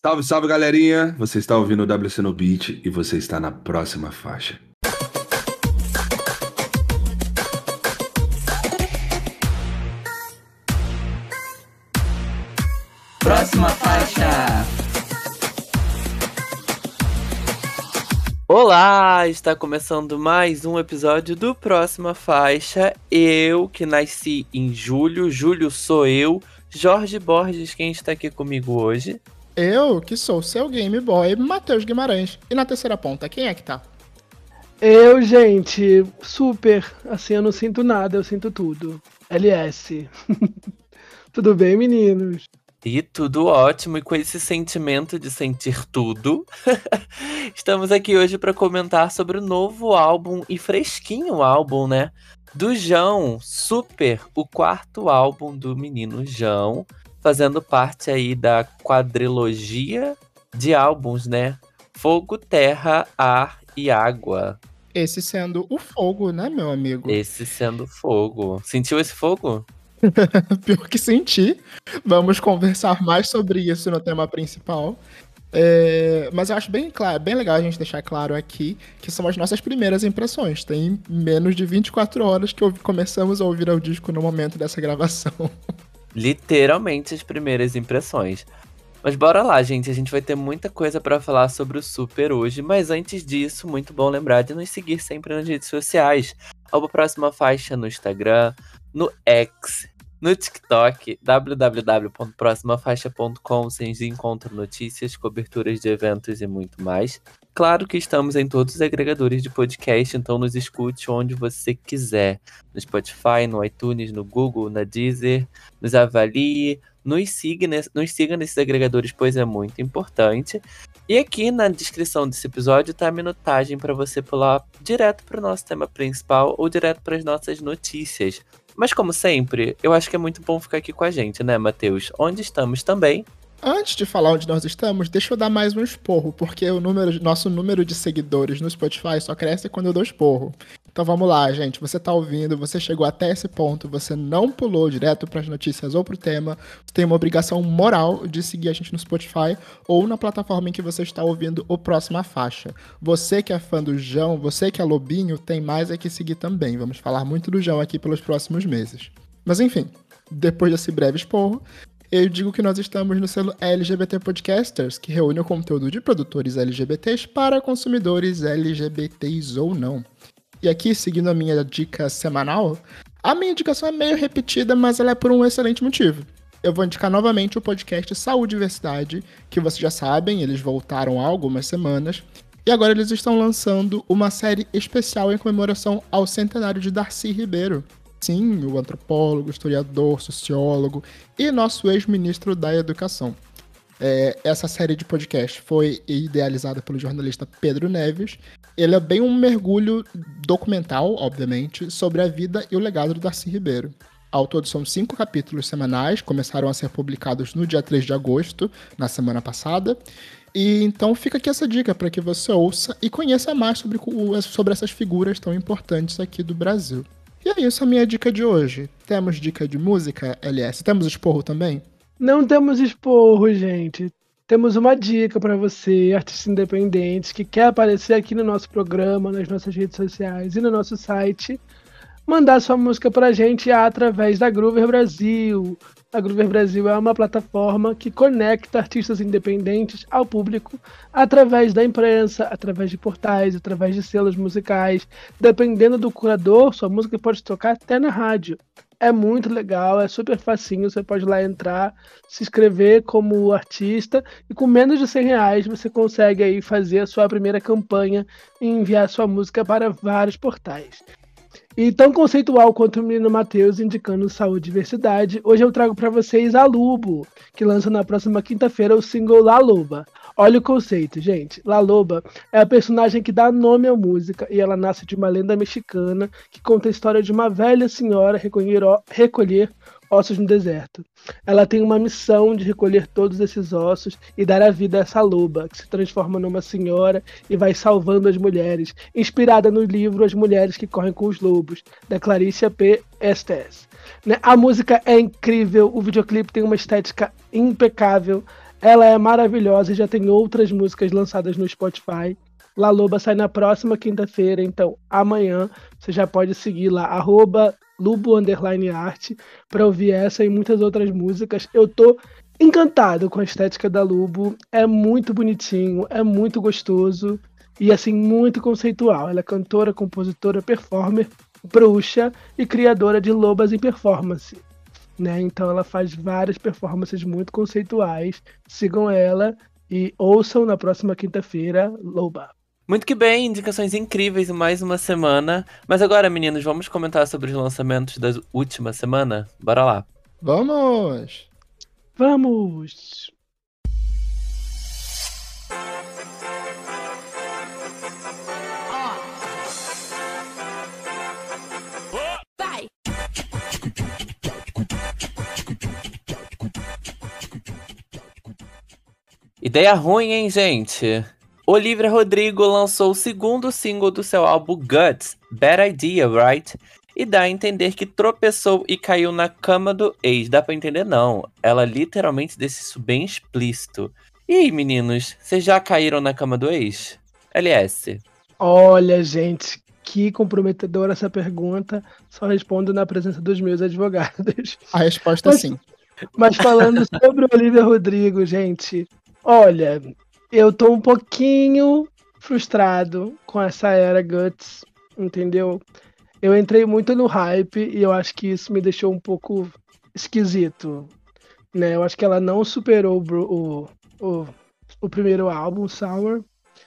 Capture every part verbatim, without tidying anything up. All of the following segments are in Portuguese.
Salve, salve, galerinha! Você está ouvindo o W C no Beat e você está na próxima faixa. Próxima faixa! Olá! Está começando mais um episódio do Próxima Faixa. Eu, que nasci em julho, julho sou eu, Jorge Borges, quem está aqui comigo hoje. Eu, que sou seu Game Boy, Matheus Guimarães. E na terceira ponta, quem é que tá? Eu, gente, super, assim, eu não sinto nada, eu sinto tudo. L S. Tudo bem, meninos? E tudo ótimo, e com esse sentimento de sentir tudo, estamos aqui hoje para comentar sobre o novo álbum, e fresquinho álbum, né? Do João, Super, o quarto álbum do menino João, fazendo parte aí da quadrilogia de álbuns, né? Fogo, Terra, Ar e Água. Esse sendo o fogo, né, meu amigo? Esse sendo fogo. Sentiu esse fogo? Pior que senti. Vamos conversar mais sobre isso no tema principal. É, mas eu acho bem claro, bem legal a gente deixar claro aqui que são as nossas primeiras impressões. Tem menos de vinte e quatro horas que começamos a ouvir o disco no momento dessa gravação. Literalmente as primeiras impressões. Mas bora lá, gente. A gente vai ter muita coisa pra falar sobre o Super hoje. Mas antes disso, muito bom lembrar de nos seguir sempre nas redes sociais. A Próxima Faixa no Instagram, no X, no TikTok, w w w ponto próxima faixa ponto com. Vocês encontram notícias, coberturas de eventos e muito mais. Claro que estamos em todos os agregadores de podcast, então nos escute onde você quiser. No Spotify, no iTunes, no Google, na Deezer. Nos avalie, nos siga, nos siga nesses agregadores, pois é muito importante. E aqui na descrição desse episódio tá a minutagem para você pular direto para o nosso tema principal ou direto para as nossas notícias. Mas como sempre, eu acho que é muito bom ficar aqui com a gente, né, Matheus? Onde estamos também. Antes de falar onde nós estamos, deixa eu dar mais um esporro, porque o número, nosso número de seguidores no Spotify só cresce quando eu dou esporro. Então vamos lá, gente. Você tá ouvindo, você chegou até esse ponto, você não pulou direto para as notícias ou pro tema, você tem uma obrigação moral de seguir a gente no Spotify ou na plataforma em que você está ouvindo o Próxima Faixa. Você que é fã do João, você que é lobinho, tem mais é que seguir também. Vamos falar muito do João aqui pelos próximos meses. Mas enfim, depois desse breve esporro, eu digo que nós estamos no selo L G B T Podcasters, que reúne o conteúdo de produtores L G B Ts para consumidores L G B Ts ou não. E aqui, seguindo a minha dica semanal, a minha indicação é meio repetida, mas ela é por um excelente motivo. Eu vou indicar novamente o podcast Saúde e Diversidade, que vocês já sabem, eles voltaram há algumas semanas, e agora eles estão lançando uma série especial em comemoração ao centenário de Darcy Ribeiro. Sim, o antropólogo, historiador, sociólogo e nosso ex-ministro da Educação. É, essa série de podcast foi idealizada pelo jornalista Pedro Neves. Ele é bem um mergulho documental, obviamente, sobre a vida e o legado do Darcy Ribeiro. Ao todo são cinco capítulos semanais, começaram a ser publicados no dia três de agosto, na semana passada. E então fica aqui essa dica para que você ouça e conheça mais sobre, sobre essas figuras tão importantes aqui do Brasil. E é isso a minha dica de hoje. Temos dica de música, L S? Temos esporro também? Não temos esporro, gente. Temos uma dica para você, artista independente, que quer aparecer aqui no nosso programa, nas nossas redes sociais e no nosso site. Mandar sua música pra gente através da Groover Brasil. A Groover Brasil é uma plataforma que conecta artistas independentes ao público através da imprensa, através de portais, através de selos musicais. Dependendo do curador, sua música pode tocar até na rádio. É muito legal, é super facinho, você pode lá entrar, se inscrever como artista e com menos de cem reais você consegue aí fazer a sua primeira campanha e enviar sua música para vários portais. E tão conceitual quanto o menino Matheus indicando saúde e diversidade, hoje eu trago para vocês a Lubo, que lança na próxima quinta-feira o single La Loba. Olha o conceito, gente. La Loba é a personagem que dá nome à música e ela nasce de uma lenda mexicana que conta a história de uma velha senhora recolher, recolher ossos no deserto. Ela tem uma missão de recolher todos esses ossos e dar a vida a essa loba, que se transforma numa senhora e vai salvando as mulheres, inspirada no livro As Mulheres que Correm com os Lobos, da Claricia P. Estes. A música é incrível, o videoclipe tem uma estética impecável, ela é maravilhosa e já tem outras músicas lançadas no Spotify. La Loba sai na próxima quinta-feira, então amanhã você já pode seguir lá, arroba Lubo underline arte, para ouvir essa e muitas outras músicas. Eu tô encantado com a estética da Lubo, é muito bonitinho, é muito gostoso e assim, muito conceitual. Ela é cantora, compositora, performer, bruxa e criadora de Lobas em Performance. Né? Então ela faz várias performances muito conceituais. Sigam ela e ouçam na próxima quinta-feira, Loba. Muito que bem, indicações incríveis em mais uma semana. Mas agora, meninos, vamos comentar sobre os lançamentos da última semana? Bora lá. Vamos! Vamos! Ideia ruim, hein, gente? Olivia Rodrigo lançou o segundo single do seu álbum Guts, Bad Idea, Right? E dá a entender que tropeçou e caiu na cama do ex. Dá pra entender, não. Ela literalmente deixa isso bem explícito. E aí, meninos, vocês já caíram na cama do ex? L S. Olha, gente, que comprometedora essa pergunta. Só respondo na presença dos meus advogados. A resposta é Mas- sim. Mas falando sobre o Olivia Rodrigo, gente, olha, eu tô um pouquinho frustrado com essa era Guts, entendeu? Eu entrei muito no hype e eu acho que isso me deixou um pouco esquisito, né? Eu acho que ela não superou o, Bru- o, o, o primeiro álbum, Sour.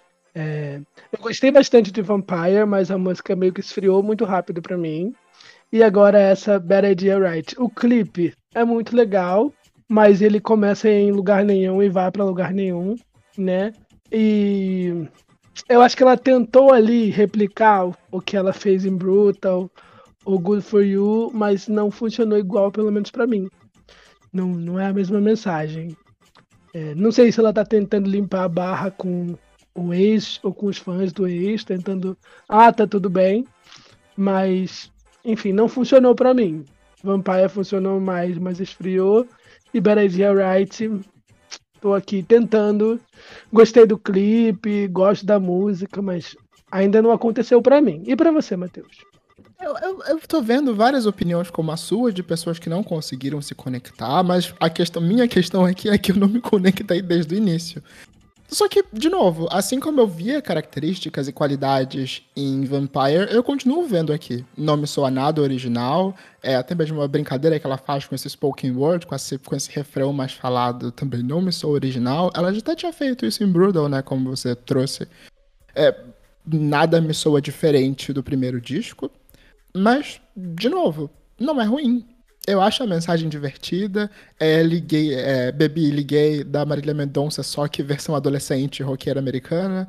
É, eu gostei bastante de Vampire, mas a música meio que esfriou muito rápido pra mim. E agora essa Bad Idea Right. O clipe é muito legal, mas ele começa em lugar nenhum e vai pra lugar nenhum, né? E eu acho que ela tentou ali replicar o- o que ela fez em Brutal, o Good For You, mas não funcionou igual, pelo menos pra mim. Não, não é a mesma mensagem. É, não sei se ela tá tentando limpar a barra com o ex ou com os fãs do ex, tentando, ah, tá tudo bem, mas enfim, não funcionou pra mim. Vampire funcionou mais, mas esfriou. E Bad Idea Right, tô aqui tentando. Gostei do clipe, gosto da música, mas ainda não aconteceu pra mim. E pra você, Matheus? Eu, eu, eu tô vendo várias opiniões como a sua, de pessoas que não conseguiram se conectar, mas a questão, minha questão aqui é que eu não me conectei desde o início. Só que, de novo, assim como eu via características e qualidades em Vampire, eu continuo vendo aqui. Não me soa nada original, é até mesmo uma brincadeira que ela faz com esse spoken word, com esse, com esse refrão mais falado, também não me soa original. Ela já até tinha feito isso em Brutal, né, como você trouxe. É, nada me soa diferente do primeiro disco, mas, de novo, não é ruim. Eu acho a mensagem divertida. É, liguei, é, Bebi e Liguei da Marília Mendonça, só que versão adolescente roqueira americana.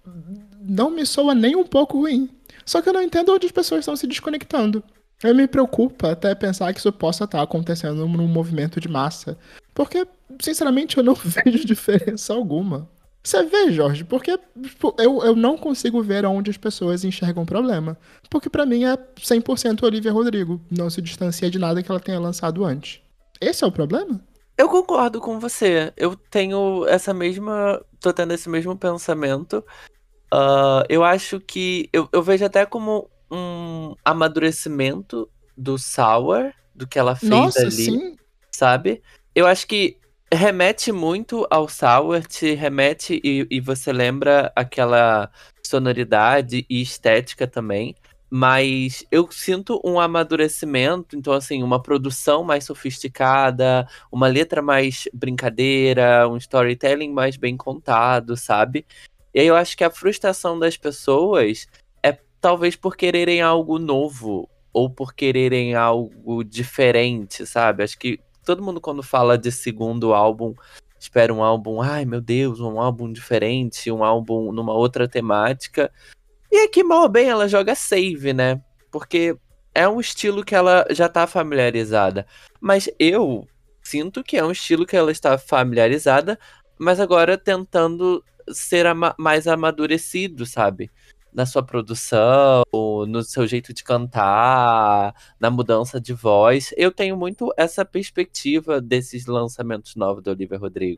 Não me soa nem um pouco ruim. Só que eu não entendo onde as pessoas estão se desconectando. Eu me preocupa até pensar que isso possa estar acontecendo num movimento de massa. Porque, sinceramente, eu não vejo diferença alguma. Você vê, Jorge, porque tipo, eu, eu não consigo ver onde as pessoas enxergam o problema. Porque pra mim é cem por cento Olivia Rodrigo. Não se distancia de nada que ela tenha lançado antes. Esse é o problema? Eu concordo com você. Eu tenho essa mesma. Tô tendo esse mesmo pensamento. Ah, eu acho que. Eu, eu vejo até como um amadurecimento do Sour, do que ela fez Nossa, ali, sim. sabe? Eu acho que remete muito ao Sour, te remete e, e você lembra aquela sonoridade e estética também. Mas eu sinto um amadurecimento, então, assim, uma produção mais sofisticada, uma letra mais brincadeira, um storytelling mais bem contado, sabe? E aí eu acho que a frustração das pessoas é talvez por quererem algo novo ou por quererem algo diferente, sabe? Acho que todo mundo quando fala de segundo álbum espera um álbum, ai meu Deus, um álbum diferente, um álbum numa outra temática. E aqui, mal ou bem, ela joga save, né? Porque é um estilo que ela já tá familiarizada. Mas eu sinto que é um estilo que ela está familiarizada, mas agora tentando ser ama- mais amadurecido, sabe? Na sua produção, no seu jeito de cantar, na mudança de voz. Eu tenho muito essa perspectiva desses lançamentos novos da Olivia Rodrigo.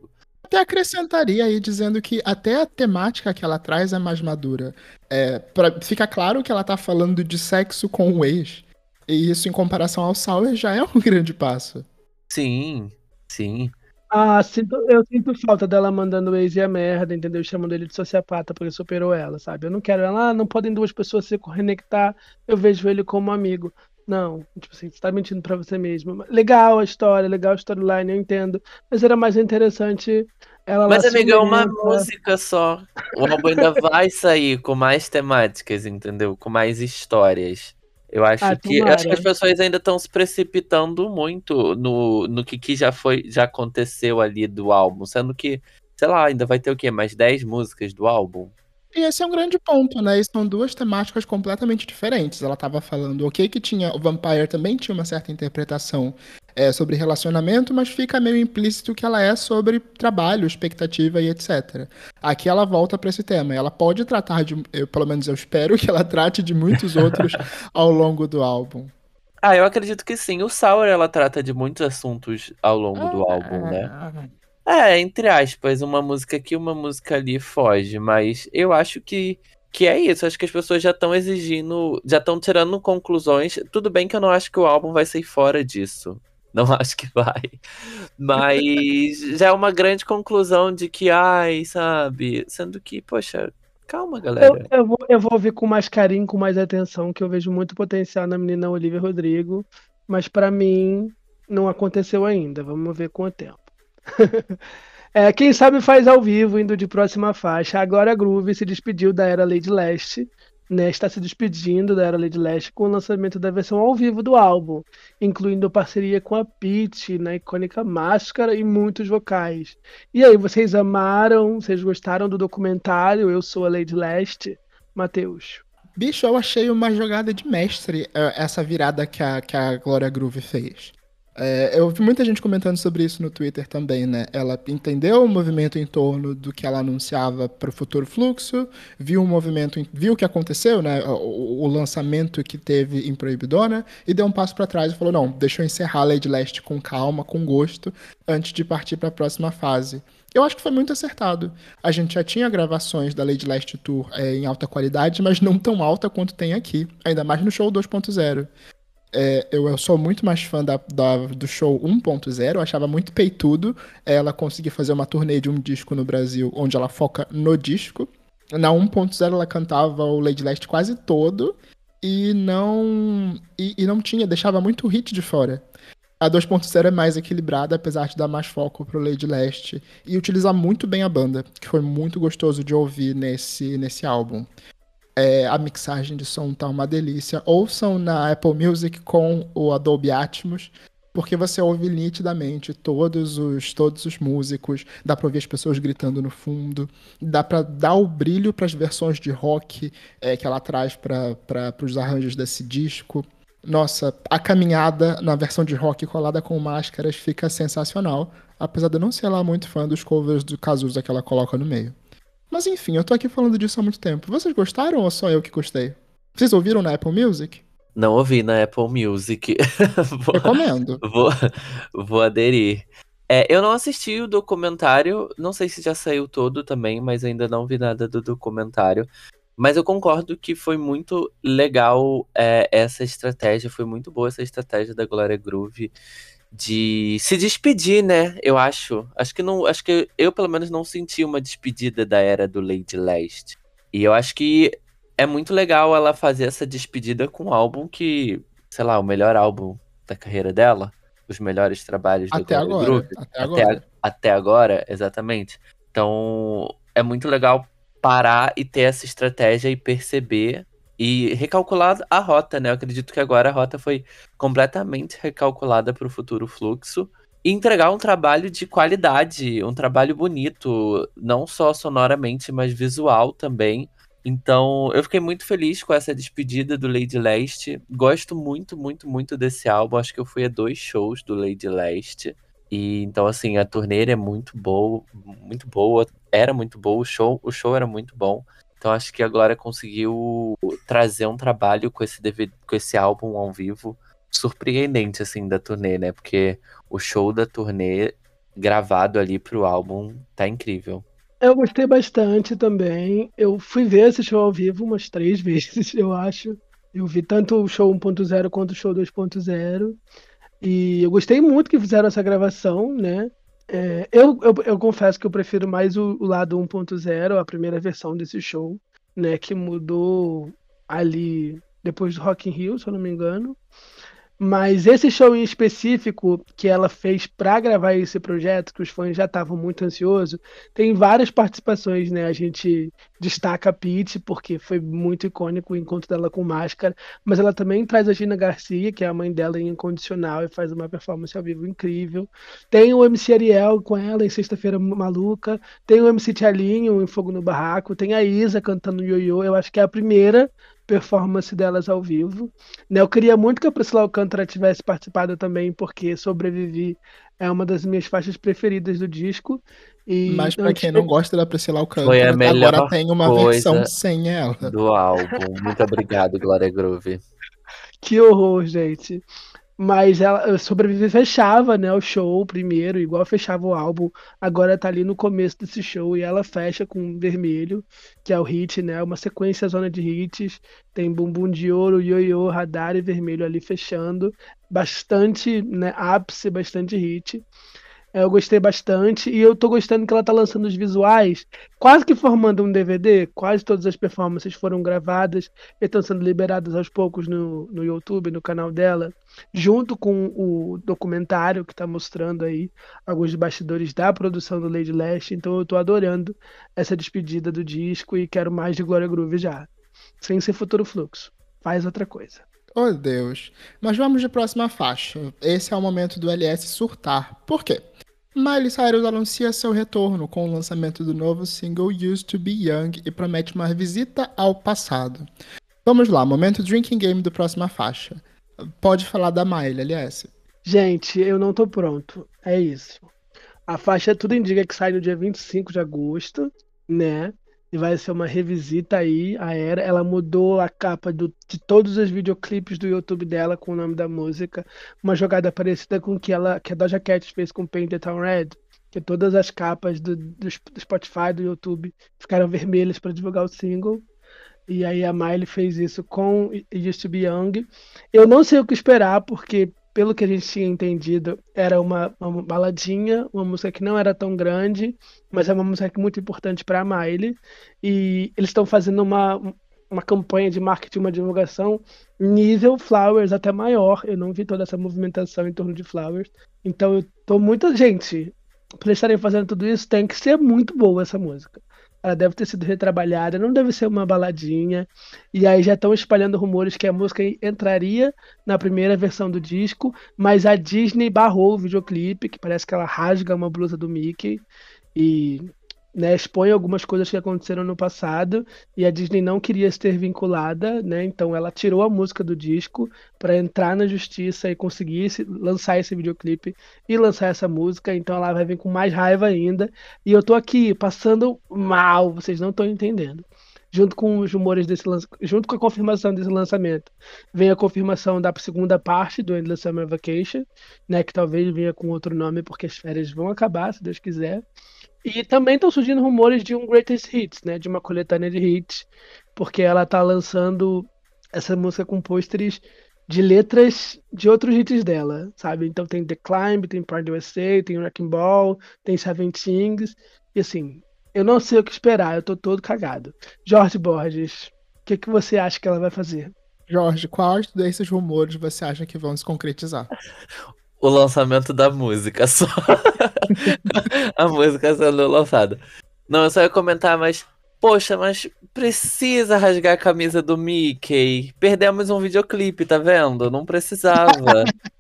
Até acrescentaria aí dizendo que até a temática que ela traz é mais madura. É, pra, fica claro que ela tá falando de sexo com o ex. E isso, em comparação ao Sour, já é um grande passo. Sim, sim. Ah, sinto, eu sinto falta dela mandando o ex e a merda, entendeu? Chamando ele de sociopata porque superou ela, sabe? Eu não quero ela, ah, não podem duas pessoas se conectar, eu vejo ele como amigo. Não, tipo assim, você tá mentindo pra você mesmo. Legal a história, legal a storyline, eu entendo. Mas era mais interessante ela lá Mas, amiga, é uma ciumenta. música só. O álbum ainda vai sair com mais temáticas, entendeu? Com mais histórias. Eu acho Ah, que, eu acho que as tomara. pessoas ainda estão se precipitando muito no, no que, que já foi, já aconteceu ali do álbum. Sendo que, sei lá, ainda vai ter o quê? Mais dez músicas do álbum? E esse é um grande ponto, né? E são duas temáticas completamente diferentes. Ela tava falando, ok, que tinha. O Vampire também tinha uma certa interpretação é, sobre relacionamento, mas fica meio implícito que ela é sobre trabalho, expectativa e etcétera. Aqui ela volta para esse tema. Ela pode tratar de. Eu, pelo menos eu espero que ela trate de muitos outros ao longo do álbum. Ah, eu acredito que sim. O Sour, ela trata de muitos assuntos ao longo do álbum, né? É, entre aspas, uma música aqui, uma música ali foge, mas eu acho que, que é isso. Acho que as pessoas já estão exigindo, já estão tirando conclusões. Tudo bem que eu não acho que o álbum vai sair fora disso. Não acho que vai. Mas já é uma grande conclusão de que, ai, sabe? Sendo que, poxa, calma, Eu, galera. eu, vou, eu vou ouvir com mais carinho, com mais atenção, que eu vejo muito potencial na menina Olivia Rodrigo, mas pra mim não aconteceu ainda. Vamos ver com o tempo. É, quem sabe faz ao vivo, indo de próxima faixa. Agora a Groove se despediu da Era Lady Leste, né? Está se despedindo da Era Lady Leste com o lançamento da versão ao vivo do álbum, incluindo parceria com a Pitty na icônica máscara e muitos vocais. E aí, vocês amaram? Vocês gostaram do documentário Eu Sou a Lady Leste? Matheus. Bicho, eu achei uma jogada de mestre é, essa virada que a, que a Glória Groove fez. É, eu vi muita gente comentando sobre isso no Twitter também, né? Ela entendeu o movimento em torno do que ela anunciava para o futuro fluxo, viu o movimento, em- viu o que aconteceu, né? O, o lançamento que teve em Proibidona, e deu um passo para trás e falou: não, deixa eu encerrar a Lady Leste com calma, com gosto, antes de partir para a próxima fase. Eu acho que foi muito acertado. A gente já tinha gravações da Lady Leste Tour é, em alta qualidade, mas não tão alta quanto tem aqui, ainda mais no show dois ponto zero. É, eu, eu sou muito mais fã da, da- do show um ponto zero, eu achava muito peitudo ela conseguir fazer uma turnê de um disco no Brasil, onde ela foca no disco. Na um ponto zero ela cantava o Lady Leste quase todo e não e, e não tinha, deixava muito hit de fora. A dois ponto zero é mais equilibrada, apesar de dar mais foco pro Lady Leste e utilizar muito bem a banda, que foi muito gostoso de ouvir nesse, nesse álbum. É, a mixagem de som tá uma delícia. Ouçam na Apple Music com o Adobe Atmos, porque você ouve nitidamente todos os, todos os músicos, dá pra ouvir as pessoas gritando no fundo, dá pra dar o brilho pras versões de rock é, que ela traz para os arranjos desse disco. Nossa, a caminhada na versão de rock colada com máscaras fica sensacional, apesar de eu não ser lá muito fã dos covers do Cazuza que ela coloca no meio. Mas enfim, eu tô aqui falando disso há muito tempo. Vocês gostaram ou só eu que gostei? Vocês ouviram na Apple Music? Não ouvi na Apple Music. Vou, Recomendo. vou, vou aderir. É, eu não assisti o documentário, não sei se já saiu todo também, mas ainda não vi nada do documentário. Mas eu concordo que foi muito legal é, essa estratégia, foi muito boa essa estratégia da Glória Groove de se despedir, né? Eu acho. Acho que não, acho que eu pelo menos não senti uma despedida da era do Lady Leste. E eu acho que é muito legal ela fazer essa despedida com um álbum que, sei lá, o melhor álbum da carreira dela, os melhores trabalhos da Até Glória agora. Groove, Até até, a- agora. até agora, exatamente. Então, é muito legal parar e ter essa estratégia e perceber e recalcular a rota, né? Eu acredito que agora a rota foi completamente recalculada para o futuro fluxo e entregar um trabalho de qualidade, um trabalho bonito, não só sonoramente, mas visual também. Então, eu fiquei muito feliz com essa despedida do Lady Leste. Gosto muito, muito, muito desse álbum. Acho que eu fui a dois shows do Lady Leste. E então, assim, a turnê é muito boa, muito boa, era muito boa, o show, o show era muito bom. Então, acho que a Glória conseguiu trazer um trabalho com esse D V D, com esse álbum ao vivo surpreendente, assim, da turnê, né? Porque o show da turnê gravado ali pro álbum tá incrível. Eu gostei bastante também. Eu fui ver esse show ao vivo umas três vezes, eu acho. Eu vi tanto o show um ponto zero quanto o show dois ponto zero. E eu gostei muito que fizeram essa gravação, né? É, eu, eu, eu confesso que eu prefiro mais o, o lado um ponto zero, a primeira versão desse show, né? Que mudou ali depois do Rock in Rio, se eu não me engano. Mas esse show em específico que ela fez para gravar esse projeto, que os fãs já estavam muito ansiosos, tem várias participações, né? A gente destaca a Pitty, porque foi muito icônico o encontro dela com Máscara, mas ela também traz a Gina Garcia, que é a mãe dela em Incondicional, e faz uma performance ao vivo incrível. Tem o M C Ariel com ela em Sexta-feira Maluca, tem o M C Tchalinho em Fogo no Barraco, tem a Isa cantando Yo-Yo, eu acho que é a primeira performance delas ao vivo. Né, eu queria muito que a Priscila Alcântara tivesse participado também, porque Sobrevivi é uma das minhas faixas preferidas do disco. E Mas pra antes quem de- não gosta da Priscila Foi a Alcântara, melhor agora tem uma versão coisa sem ela. do álbum. Muito obrigado, Glória Groove. Que horror, gente. Mas ela Sobrevivi fechava, né, o show primeiro, igual fechava o álbum. Agora tá ali no começo desse show e ela fecha com Vermelho, que é o hit, né? Uma sequência zona de hits. Tem Bumbum de Ouro, Yo-Yo, Radar e Vermelho ali fechando. Bastante, né, ápice, bastante hit. É, eu gostei bastante e eu tô gostando que ela tá lançando os visuais, quase que formando um D V D. Quase todas as performances foram gravadas e estão sendo liberadas aos poucos no, no YouTube, no canal dela, junto com o documentário que está mostrando aí alguns bastidores da produção do Lady Leste. Então eu tô adorando essa despedida do disco e quero mais de Glória Groove já. Sem ser Futuro Fluxo. Faz outra coisa. Oh, Deus. Mas vamos de próxima faixa. Esse é o momento do L S surtar. Por quê? Miley Cyrus anuncia seu retorno com o lançamento do novo single Used to Be Young e promete uma visita ao passado. Vamos lá, momento Drinking Game do próxima faixa. Pode falar da Miley, L S. Gente, eu não tô pronto. É isso. A faixa tudo indica que sai no dia vinte e cinco de agosto, né? E vai ser uma revisita aí à era. Ela mudou a capa do- de todos os videoclipes do YouTube dela com o nome da música. Uma jogada parecida com que ela, que a Doja Cat fez com Paint the Town Red. Que todas as capas do, do do Spotify, do YouTube, ficaram vermelhas para divulgar o single. E aí a Miley fez isso com It Used to Be Young. Eu não sei o que esperar, porque pelo que a gente tinha entendido, era uma, uma baladinha, uma música que não era tão grande, mas é uma música muito importante para a Miley. E eles estão fazendo uma, uma campanha de marketing, uma divulgação nível Flowers até maior. Eu não vi toda essa movimentação em torno de Flowers. Então eu tô muita gente. Para eles estarem fazendo tudo isso, tem que ser muito boa essa música. Ela deve ter sido retrabalhada, não deve ser uma baladinha. E aí já estão espalhando rumores que a música entraria na primeira versão do disco, mas a Disney barrou o videoclipe, que parece que ela rasga uma blusa do Mickey e, né, expõe algumas coisas que aconteceram no passado, e a Disney não queria ser vinculada, né? Então ela tirou a música do disco para entrar na justiça e conseguir esse- lançar esse videoclipe e lançar essa música. Então ela vai vir com mais raiva ainda. E eu tô aqui passando mal, vocês não estão entendendo. Junto com os rumores desse lança... junto com a confirmação desse lançamento, vem a confirmação da segunda parte do Endless Summer Vacation, né? Que talvez venha com outro nome, porque as férias vão acabar, se Deus quiser. E também estão surgindo rumores de um Greatest Hits, né? De uma coletânea de hits, porque ela tá lançando essa música com pôsteres de letras de outros hits dela, sabe? Então tem The Climb, tem Pride U S A, tem Wrecking Ball, tem Seventeens, e assim, eu não sei o que esperar, eu tô todo cagado. Jorge Borges, o que, que você acha que ela vai fazer? Jorge, quais desses rumores você acha que vão se concretizar? O lançamento da música, só. A música sendo lançada. Não, eu só ia comentar, mas. Poxa, mas precisa rasgar a camisa do Mickey. Perdemos um videoclipe, tá vendo? Não precisava.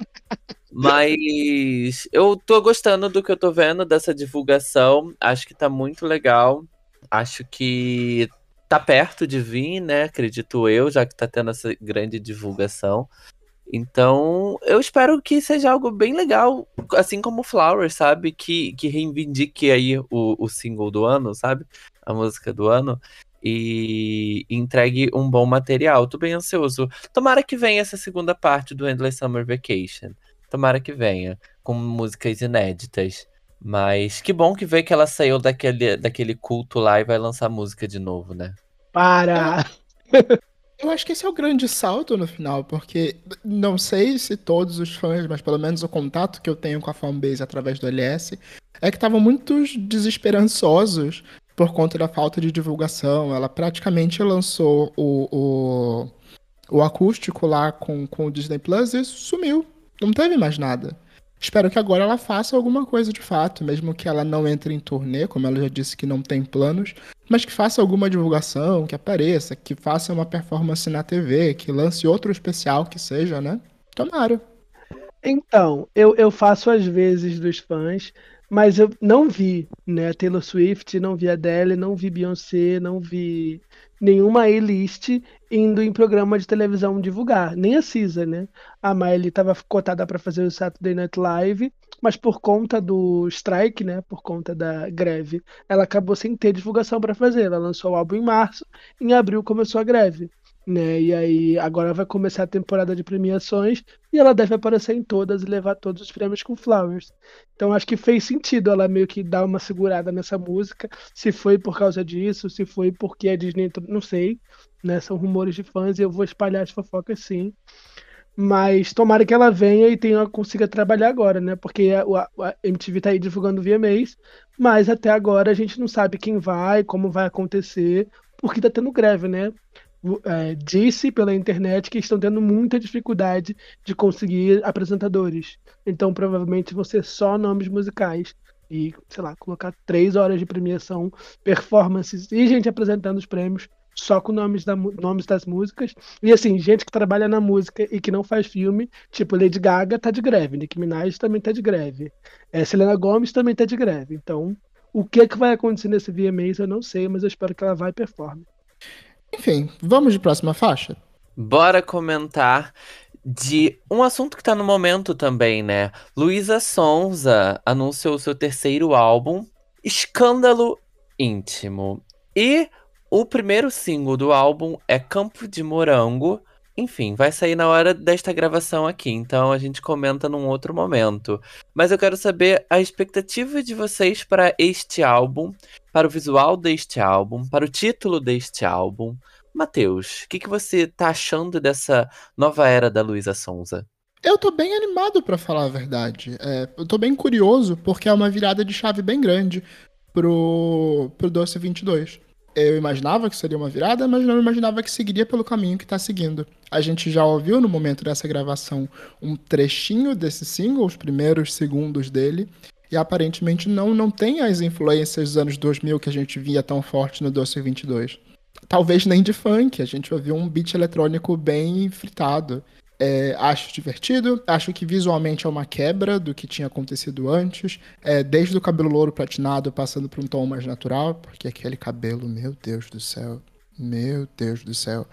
Mas eu tô gostando do que eu tô vendo dessa divulgação. Acho que tá muito legal. Acho que tá perto de vir, né? Acredito eu, já que tá tendo essa grande divulgação. Então, eu espero que seja algo bem legal, assim como Flowers, sabe? Que, que reivindique aí o, o single do ano, sabe? A música do ano. E entregue um bom material. Tô bem ansioso. Tomara que venha essa segunda parte do Endless Summer Vacation. Tomara que venha, com músicas inéditas. Mas que bom que ver que ela saiu daquele, daquele culto lá e vai lançar música de novo, né? Para! Eu acho que esse é o grande salto no final, porque não sei se todos os fãs, mas pelo menos o contato que eu tenho com a fanbase através do L S, é que estavam muito desesperançosos por conta da falta de divulgação. Ela praticamente lançou o, o, o acústico lá com, com o Disney Plus e sumiu. Não teve mais nada. Espero que agora ela faça alguma coisa de fato, mesmo que ela não entre em turnê, como ela já disse que não tem planos, mas que faça alguma divulgação, que apareça, que faça uma performance na T V, que lance outro especial que seja, né? Tomara. Então, eu, eu faço às vezes dos fãs, mas eu não vi, né, Taylor Swift, não vi Adele, não vi Beyoncé, não vi nenhuma A-list indo em programa de televisão divulgar, nem a Cisa, né? A Miley estava cotada para fazer o Saturday Night Live, mas por conta do strike, né, por conta da greve, ela acabou sem ter divulgação para fazer. Ela lançou o álbum em março, em abril começou a greve. Né? E aí agora vai começar a temporada de premiações e ela deve aparecer em todas e levar todos os prêmios com Flowers. Então acho que fez sentido ela meio que dar uma segurada nessa música, se foi por causa disso, se foi porque a Disney, não sei, né? São rumores de fãs e eu vou espalhar as fofocas sim. Mas tomara que ela venha e tenha, consiga trabalhar agora, né? Porque a, a M T V tá aí divulgando V M As, mas até agora a gente não sabe quem vai, como vai acontecer, porque tá tendo greve, né? É, disse pela internet que estão tendo muita dificuldade de conseguir apresentadores. Então, provavelmente vão ser só nomes musicais. E, sei lá, colocar três horas de premiação, performances e gente apresentando os prêmios só com nomes, da, nomes das músicas. E, assim, gente que trabalha na música e que não faz filme, tipo Lady Gaga tá de greve, Nicki Minaj também tá de greve, é, Selena Gomez também tá de greve. Então, o que, que vai acontecer nesse V M As eu não sei, mas eu espero que ela vá e performe. Enfim, vamos de próxima faixa? Bora comentar de um assunto que tá no momento também, né? Luísa Sonza anunciou seu terceiro álbum, Escândalo Íntimo. E o primeiro single do álbum é Campo de Morango. Enfim, vai sair na hora desta gravação aqui, então a gente comenta num outro momento. Mas eu quero saber a expectativa de vocês para este álbum, para o visual deste álbum, para o título deste álbum. Matheus, o que, que você tá achando dessa nova era da Luísa Sonza? Eu tô bem animado, pra falar a verdade. É, eu tô bem curioso, porque é uma virada de chave bem grande pro, pro Doce vinte e dois. Eu imaginava que seria uma virada, mas não imaginava que seguiria pelo caminho que tá seguindo. A gente já ouviu no momento dessa gravação um trechinho desse single, os primeiros segundos dele, e aparentemente não, não tem as influências dos anos dois mil que a gente via tão forte no Doce vinte e dois. Talvez nem de funk, a gente ouviu um beat eletrônico bem fritado. É, acho divertido, acho que visualmente é uma quebra do que tinha acontecido antes, é, desde o cabelo louro platinado passando para um tom mais natural, porque aquele cabelo, meu Deus do céu, meu Deus do céu.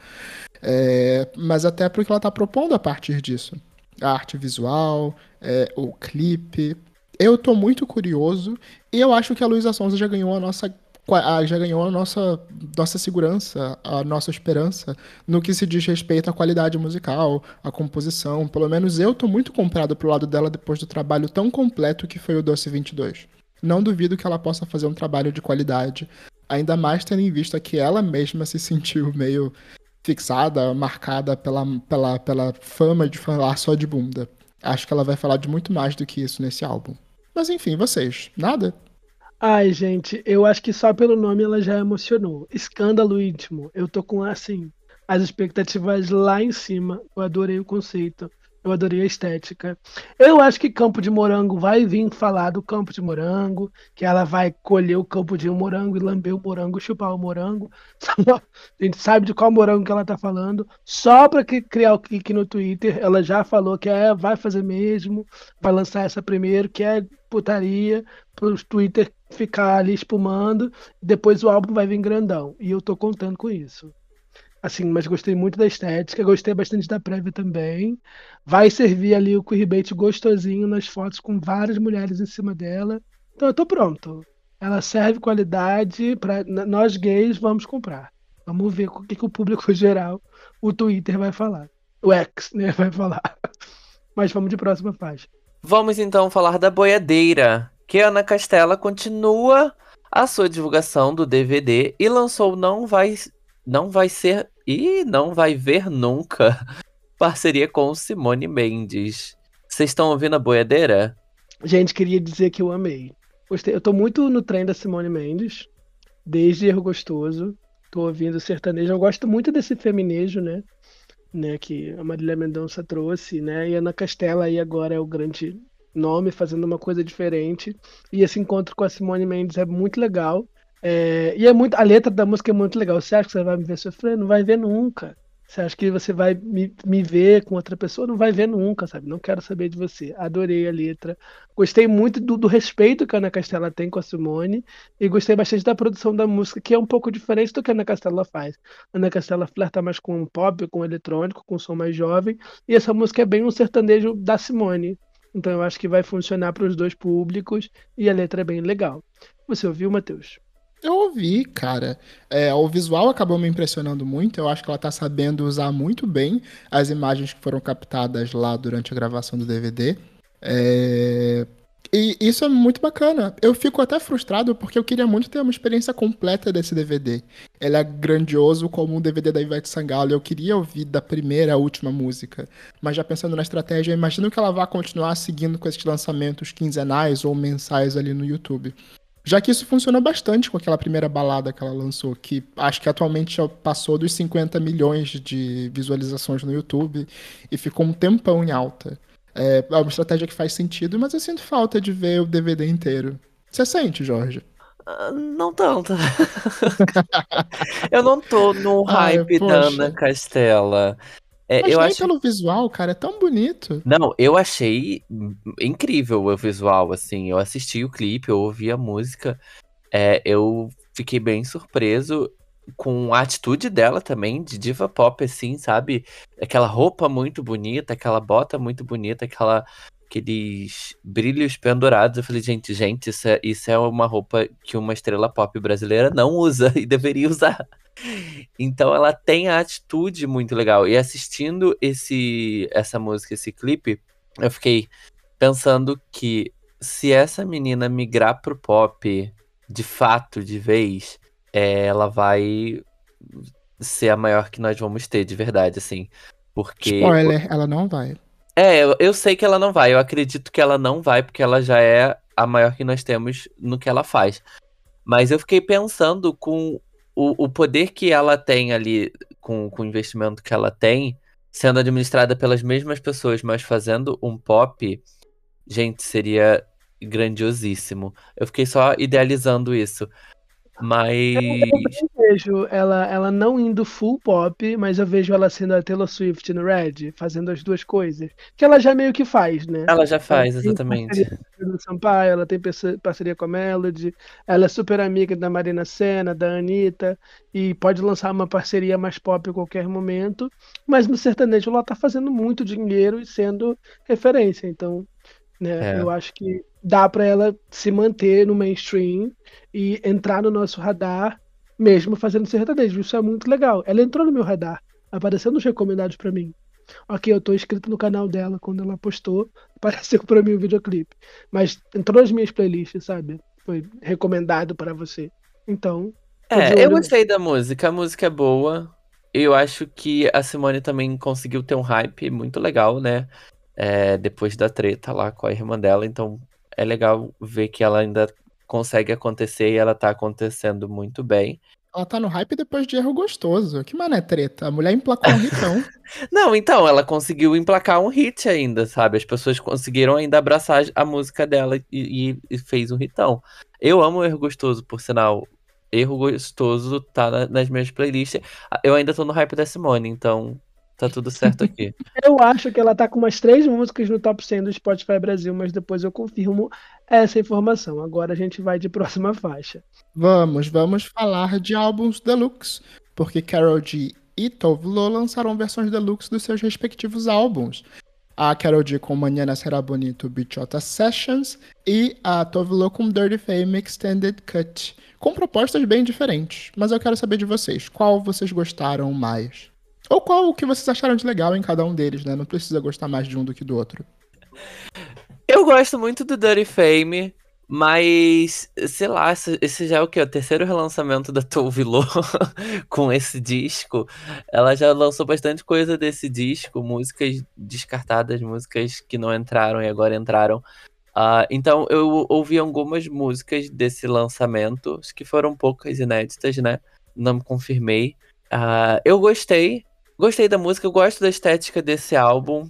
É, mas até porque ela está propondo a partir disso. A arte visual, é, o clipe. Eu tô muito curioso e eu acho que a Luísa Sonza já ganhou a nossa já ganhou a nossa, nossa segurança, a nossa esperança no que se diz respeito à qualidade musical, à composição. Pelo menos eu tô muito comprado pro lado dela depois do trabalho tão completo que foi o Doce vinte e dois. Não duvido que ela possa fazer um trabalho de qualidade, ainda mais tendo em vista que ela mesma se sentiu meio fixada, marcada pela, pela, pela fama de falar só de bunda. Acho que ela vai falar de muito mais do que isso nesse álbum. Mas enfim, vocês, nada? Ai, gente, eu acho que só pelo nome ela já emocionou. Escândalo Íntimo. Eu tô com, assim, as expectativas lá em cima. Eu adorei o conceito. Eu adorei a estética. Eu acho que Campo de Morango vai vir falar do Campo de Morango, que ela vai colher o campo de um morango e lamber o morango, chupar o morango. A gente sabe de qual morango que ela tá falando. Só pra que criar o clique no Twitter, ela já falou que é, vai fazer mesmo, vai lançar essa primeiro, que é putaria, pro Twitter ficar ali espumando, depois o álbum vai vir grandão. E eu tô contando com isso. Assim, mas gostei muito da estética, gostei bastante da prévia também. Vai servir ali o queerbait gostosinho nas fotos com várias mulheres em cima dela. Então eu tô pronto. Ela serve qualidade para nós gays, vamos comprar. Vamos ver o que, que o público geral, o Twitter vai falar. O X, né, vai falar. Mas vamos de próxima faixa. Vamos então falar da Boiadeira, que a Ana Castela continua a sua divulgação do D V D e lançou Não Vai, não vai Ser e Não Vai Ver Nunca, parceria com Simone Mendes. Vocês estão ouvindo a boiadeira? Gente, queria dizer que eu amei. Gostei. Eu tô muito no trem da Simone Mendes, desde Erro Gostoso. Tô ouvindo sertanejo. Eu gosto muito desse feminejo, né? né? Que a Marília Mendonça trouxe, né? E a Ana Castela aí agora é o grande nome, fazendo uma coisa diferente. E esse encontro com a Simone Mendes é muito legal. É, e é muito, a letra da música é muito legal. Você acha que você vai me ver sofrer? Não vai ver nunca. Você acha que você vai me, me ver com outra pessoa? Não vai ver nunca, sabe? Não quero saber de você. Adorei a letra. Gostei muito do, do respeito que a Ana Castela tem com a Simone. E gostei bastante da produção da música, que é um pouco diferente do que a Ana Castela faz. A Ana Castela flerta mais com pop, com eletrônico, com som mais jovem. E essa música é bem um sertanejo da Simone. Então eu acho que vai funcionar para os dois públicos. E a letra é bem legal. Você ouviu, Matheus? Eu ouvi, cara. É, o visual acabou me impressionando muito. Eu acho que ela tá sabendo usar muito bem as imagens que foram captadas lá durante a gravação do D V D. É... E isso é muito bacana. Eu fico até frustrado porque eu queria muito ter uma experiência completa desse D V D. Ele é grandioso como um D V D da Ivete Sangalo. Eu queria ouvir da primeira à última música. Mas já pensando na estratégia, eu imagino que ela vá continuar seguindo com esses lançamentos quinzenais ou mensais ali no YouTube. Já que isso funcionou bastante com aquela primeira balada que ela lançou, que acho que atualmente já passou dos cinquenta milhões de visualizações no YouTube e ficou um tempão em alta. É uma estratégia que faz sentido, mas eu sinto falta de ver o D V D inteiro. Você sente, Jorge? Uh, não tanto. Eu não tô no Ai, hype da poxa. Ana Castela. É, Mas eu nem acho... pelo visual, cara, é tão bonito. Não, eu achei incrível o visual, assim. Eu assisti o clipe, eu ouvi a música. É, eu fiquei bem surpreso com a atitude dela também, de diva pop, assim, sabe? Aquela roupa muito bonita, aquela bota muito bonita, aquela, aqueles brilhos pendurados. Eu falei, gente, gente, isso é, isso é uma roupa que uma estrela pop brasileira não usa e deveria usar. Então ela tem a atitude muito legal. E assistindo esse, essa música, esse clipe, eu fiquei pensando que se essa menina migrar pro pop de fato, de vez, é, ela vai ser a maior que nós vamos ter, de verdade, assim. Porque. Spoiler, ela não vai. É, eu, eu sei que ela não vai. Eu acredito que ela não vai, porque ela já é a maior que nós temos no que ela faz. Mas eu fiquei pensando com o, o poder que ela tem ali, com, com o investimento que ela tem, sendo administrada pelas mesmas pessoas, mas fazendo um pop, gente, seria grandiosíssimo. Eu fiquei só idealizando isso. Mas. Eu vejo ela, ela não indo full pop, mas eu vejo ela sendo a Taylor Swift no Red, fazendo as duas coisas. Que ela já meio que faz, né? Ela já faz, ela tem exatamente. parceria com o Sampaio, ela tem parceria com a Melody, ela é super amiga da Marina Sena, da Anitta, e pode lançar uma parceria mais pop a qualquer momento. Mas no sertanejo ela tá fazendo muito dinheiro e sendo referência. Então, né, É. eu acho que dá para ela se manter no mainstream e entrar no nosso radar, mesmo fazendo sertanejo. Isso é muito legal. Ela entrou no meu radar, apareceu nos recomendados para mim. Ok, eu tô inscrito no canal dela, quando ela postou, apareceu para mim o videoclipe. Mas entrou nas minhas playlists, sabe? Foi recomendado para você. Então, tô de É, olho eu nela. gostei da música. A música é boa. Eu acho que a Simone também conseguiu ter um hype muito legal, né? É, depois da treta lá com a irmã dela. Então é legal ver que ela ainda consegue acontecer e ela tá acontecendo muito bem. Ela tá no hype depois de Erro Gostoso. Que mané treta. A mulher emplacou um hitão. Não, então, ela conseguiu emplacar um hit ainda, sabe? As pessoas conseguiram ainda abraçar a música dela e, e- e fez um hitão. Eu amo Erro Gostoso, por sinal. Erro Gostoso tá na- nas minhas playlists. Eu ainda tô no hype da Simone, então tá tudo certo aqui. Eu acho que ela tá com umas três músicas no top cem do Spotify Brasil, mas depois eu confirmo essa informação. Agora a gente vai de próxima faixa. Vamos, vamos falar de álbuns deluxe, porque Karol G e Tove Lo lançaram versões deluxe dos seus respectivos álbuns. A Karol G com Mañana Será Bonito Bichota Sessions e a Tove Lo com Dirty Fame Extended Cut, com propostas bem diferentes. Mas eu quero saber de vocês, qual vocês gostaram mais? Ou qual o que vocês acharam de legal em cada um deles, né? Não precisa gostar mais de um do que do outro. Eu gosto muito do Dirty Fame. Mas, sei lá, esse, esse já é o quê? O terceiro relançamento da Tove Lo com esse disco. Ela já lançou bastante coisa desse disco, músicas descartadas, músicas que não entraram e agora entraram. Ah, então eu ouvi algumas músicas desse lançamento, acho que foram poucas inéditas, né? Não me confirmei. Ah, eu gostei, gostei da música, eu gosto da estética desse álbum.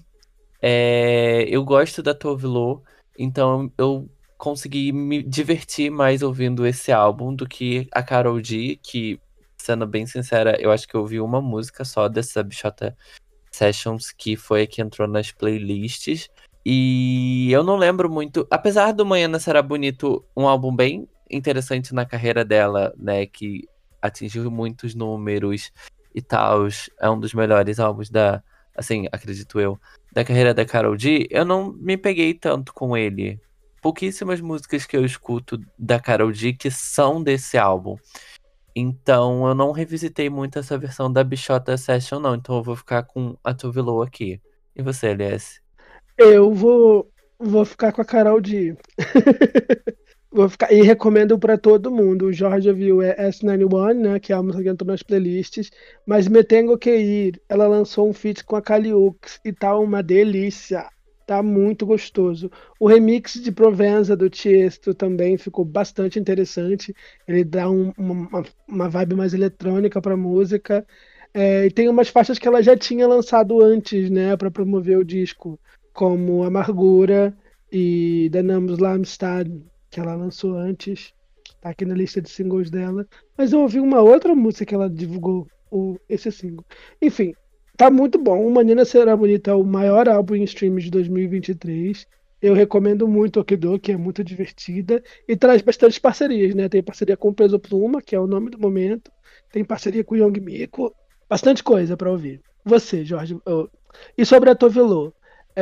É, eu gosto da Tove Lo, então eu consegui me divertir mais ouvindo esse álbum do que a Karol G, que, sendo bem sincera, eu acho que eu ouvi uma música só dessa Bichota Sessions, que foi a que entrou nas playlists. E eu não lembro muito, apesar do Manhã Será Bonito, um álbum bem interessante na carreira dela, né, que atingiu muitos números e tal, é um dos melhores álbuns da, assim, acredito eu, da carreira da Karol G, eu não me peguei tanto com ele. Pouquíssimas músicas que eu escuto da Karol G que são desse álbum. Então eu não revisitei muito essa versão da Bichota Session, não. Então eu vou ficar com a Tove Lo aqui. E você, L S? Eu vou, vou ficar com a Karol G. Vou ficar, e recomendo pra todo mundo. O Jorge ouviu é S noventa e um, né, que é a música que entrou nas playlists. Mas Me Tengo Que Ir, ela lançou um feat com a Caliux e tá uma delícia. Tá muito gostoso. O remix de Provenza do Tiesto também ficou bastante interessante. Ele dá um- uma, uma vibe mais eletrônica pra música. É, e tem umas faixas que ela já tinha lançado antes, né, pra promover o disco, como Amargura e The Namus Lamstad, que ela lançou antes, tá aqui na lista de singles dela. Mas eu ouvi uma outra música que ela divulgou o, esse single. Enfim, tá muito bom. O Menina Será Bonita é o maior álbum em streams de dois mil e vinte e três. Eu recomendo muito Okido, que é muito divertida e traz bastante parcerias, né? Tem parceria com o Peso Pluma, que é o nome do momento. Tem parceria com o Young Miko. Bastante coisa pra ouvir. Você, Jorge. oh, E sobre a Tove Lo,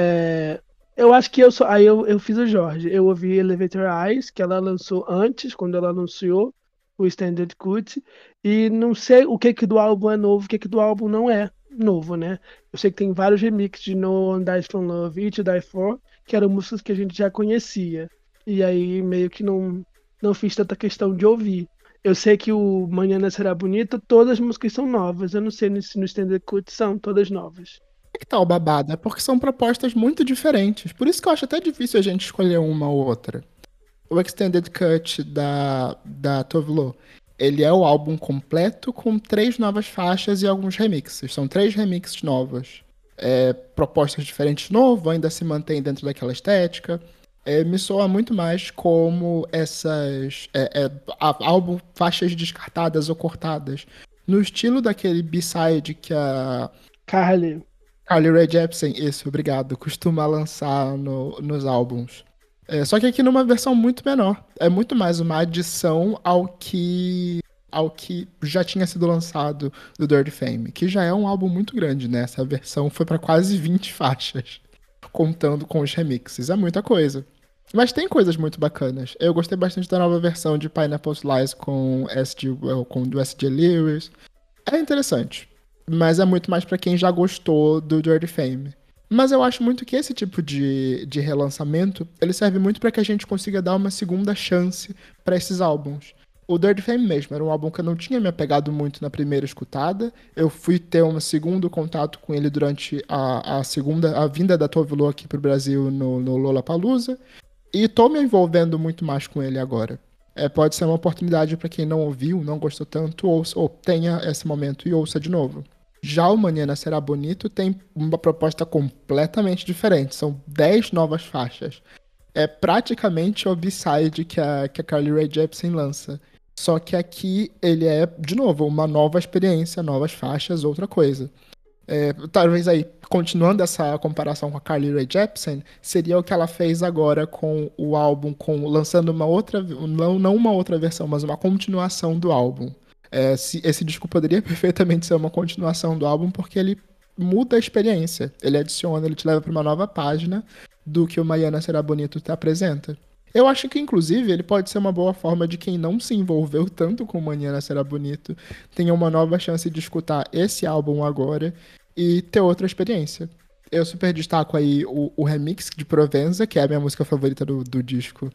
é, eu acho que eu só. Aí eu, eu fiz o Jorge. Eu ouvi Elevator Eyes, que ela lançou antes, quando ela anunciou o Standard Cut. E não sei o que que do álbum é novo, o que que do álbum não é novo, né? Eu sei que tem vários remixes de No One Dies From Love e To Die For, que eram músicas que a gente já conhecia. E aí meio que não, não fiz tanta questão de ouvir. Eu sei que o Manhã Será Bonito, todas as músicas são novas. Eu não sei se no Standard Cut são todas novas. É que tá o babado, é porque são propostas muito diferentes. Por isso que eu acho até difícil a gente escolher uma ou outra. O Extended Cut da, da Tove Lo, ele é o álbum completo com três novas faixas e alguns remixes. São três remixes novos. É, propostas diferentes de novo, ainda se mantém dentro daquela estética. É, me soa muito mais como essas é, é, a- álbum, faixas descartadas ou cortadas. No estilo daquele B-side que a Carly, Carly Rae Jepsen, isso, obrigado, costuma lançar no- nos álbuns. É, só que aqui numa versão muito menor. É muito mais uma adição ao que ao que já tinha sido lançado do Dirty Fame, que já é um álbum muito grande, né? Essa versão foi para quase vinte faixas, contando com os remixes. É muita coisa. Mas tem coisas muito bacanas. Eu gostei bastante da nova versão de Pineapple Slice com, S G, well, com do S G Lewis. É interessante, mas é muito mais pra quem já gostou do Dirty Fame. Mas eu acho muito que esse tipo de, de relançamento, ele serve muito pra que a gente consiga dar uma segunda chance pra esses álbuns. O Dirty Fame mesmo era um álbum que eu não tinha me apegado muito na primeira escutada. Eu fui ter um segundo contato com ele durante a, a segunda, a vinda da Tove Lo aqui pro Brasil no, no Lollapalooza. E tô me envolvendo muito mais com ele agora. É, pode ser uma oportunidade para quem não ouviu, não gostou tanto, ouça, ou tenha esse momento e ouça de novo. Já o Manhã Será Bonito tem uma proposta completamente diferente. São dez novas faixas. É praticamente o B-side que a, que a Carly Rae Jepsen lança. Só que aqui ele é, de novo, uma nova experiência, novas faixas, outra coisa. É, talvez aí, continuando essa comparação com a Carly Rae Jepsen, seria o que ela fez agora com o álbum, com lançando uma outra, não, não uma outra versão, mas uma continuação do álbum. É, se, esse disco poderia perfeitamente ser uma continuação do álbum, porque ele muda a experiência. Ele adiciona, ele te leva para uma nova página do que o Manhã Será Bonito te apresenta. Eu acho que, inclusive, ele pode ser uma boa forma de quem não se envolveu tanto com Manhã Será Bonito tenha uma nova chance de escutar esse álbum agora e ter outra experiência. Eu super destaco aí o, o remix de Provenza, que é a minha música favorita do, do disco.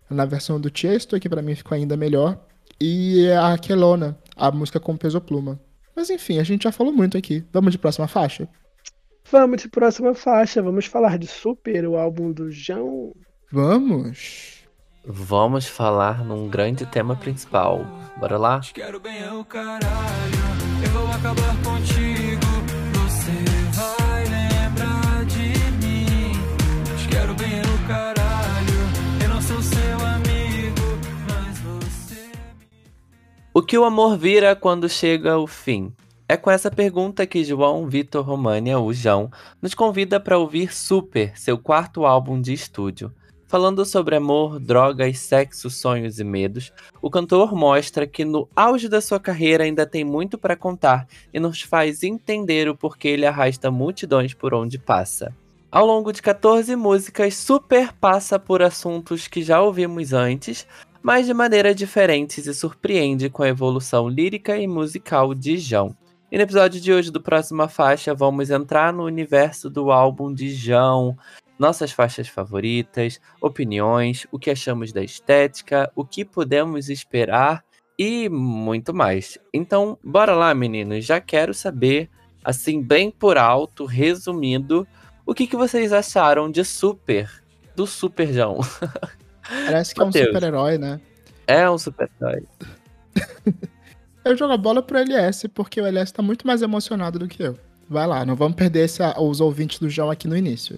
na versão do Tiesto, que pra mim ficou ainda melhor, e a Kelowna, a música com Peso Pluma. Mas enfim, a gente já falou muito aqui. Vamos de próxima faixa? Vamos de próxima faixa. Vamos falar de Super, o álbum do João. Vamos! Vamos falar num grande tema principal. Bora lá? Te quero bem, é o caralho. Eu vou acabar contigo. Você vai lembrar de mim. Te quero bem, é o caralho. Eu não sou seu amigo, mas você. O que o amor vira quando chega o fim? É com essa pergunta que João Vitor România, o João, nos convida para ouvir Super, seu quarto álbum de estúdio. Falando sobre amor, drogas, sexo, sonhos e medos, o cantor mostra que no auge da sua carreira ainda tem muito para contar e nos faz entender o porquê ele arrasta multidões por onde passa. Ao longo de quatorze músicas, Super passa por assuntos que já ouvimos antes, mas de maneira diferentes e surpreende com a evolução lírica e musical de João. E no episódio de hoje do Próxima Faixa, vamos entrar no universo do álbum de João, nossas faixas favoritas, opiniões, o que achamos da estética, o que podemos esperar e muito mais. Então, bora lá, meninos. Já quero saber, assim, bem por alto, resumindo, o que, que vocês acharam de Super, do Super João? Parece que é um Matheus. super-herói, né? É um super-herói. Eu jogo a bola pro L S, porque o L S tá muito mais emocionado do que eu. Vai lá, não vamos perder esse, os ouvintes do João aqui no início.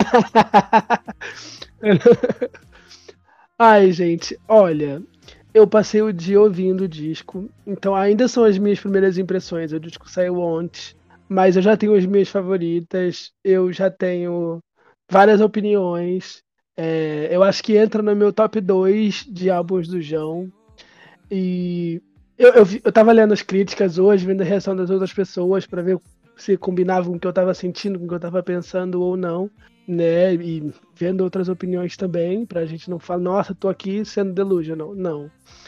Ai, gente, olha, eu passei o dia ouvindo o disco, então ainda são as minhas primeiras impressões. O disco saiu ontem, mas eu já tenho as minhas favoritas, eu já tenho várias opiniões. É, eu acho que entra no meu top dois de álbuns do João. E eu, eu, vi- eu tava lendo as críticas hoje, vendo a reação das outras pessoas pra ver se combinava com o que eu tava sentindo, com o que eu tava pensando ou não, né? E vendo outras opiniões também, pra gente não falar, nossa, tô aqui sendo delusional. Não.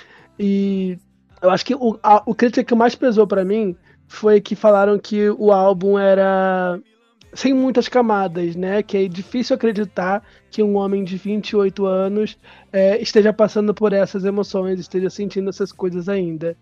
E eu acho que o, a, o crítica que mais pesou pra mim foi que falaram que o álbum era sem muitas camadas, né? Que é difícil acreditar que um homem de vinte e oito anos é, esteja passando por essas emoções, esteja sentindo essas coisas ainda.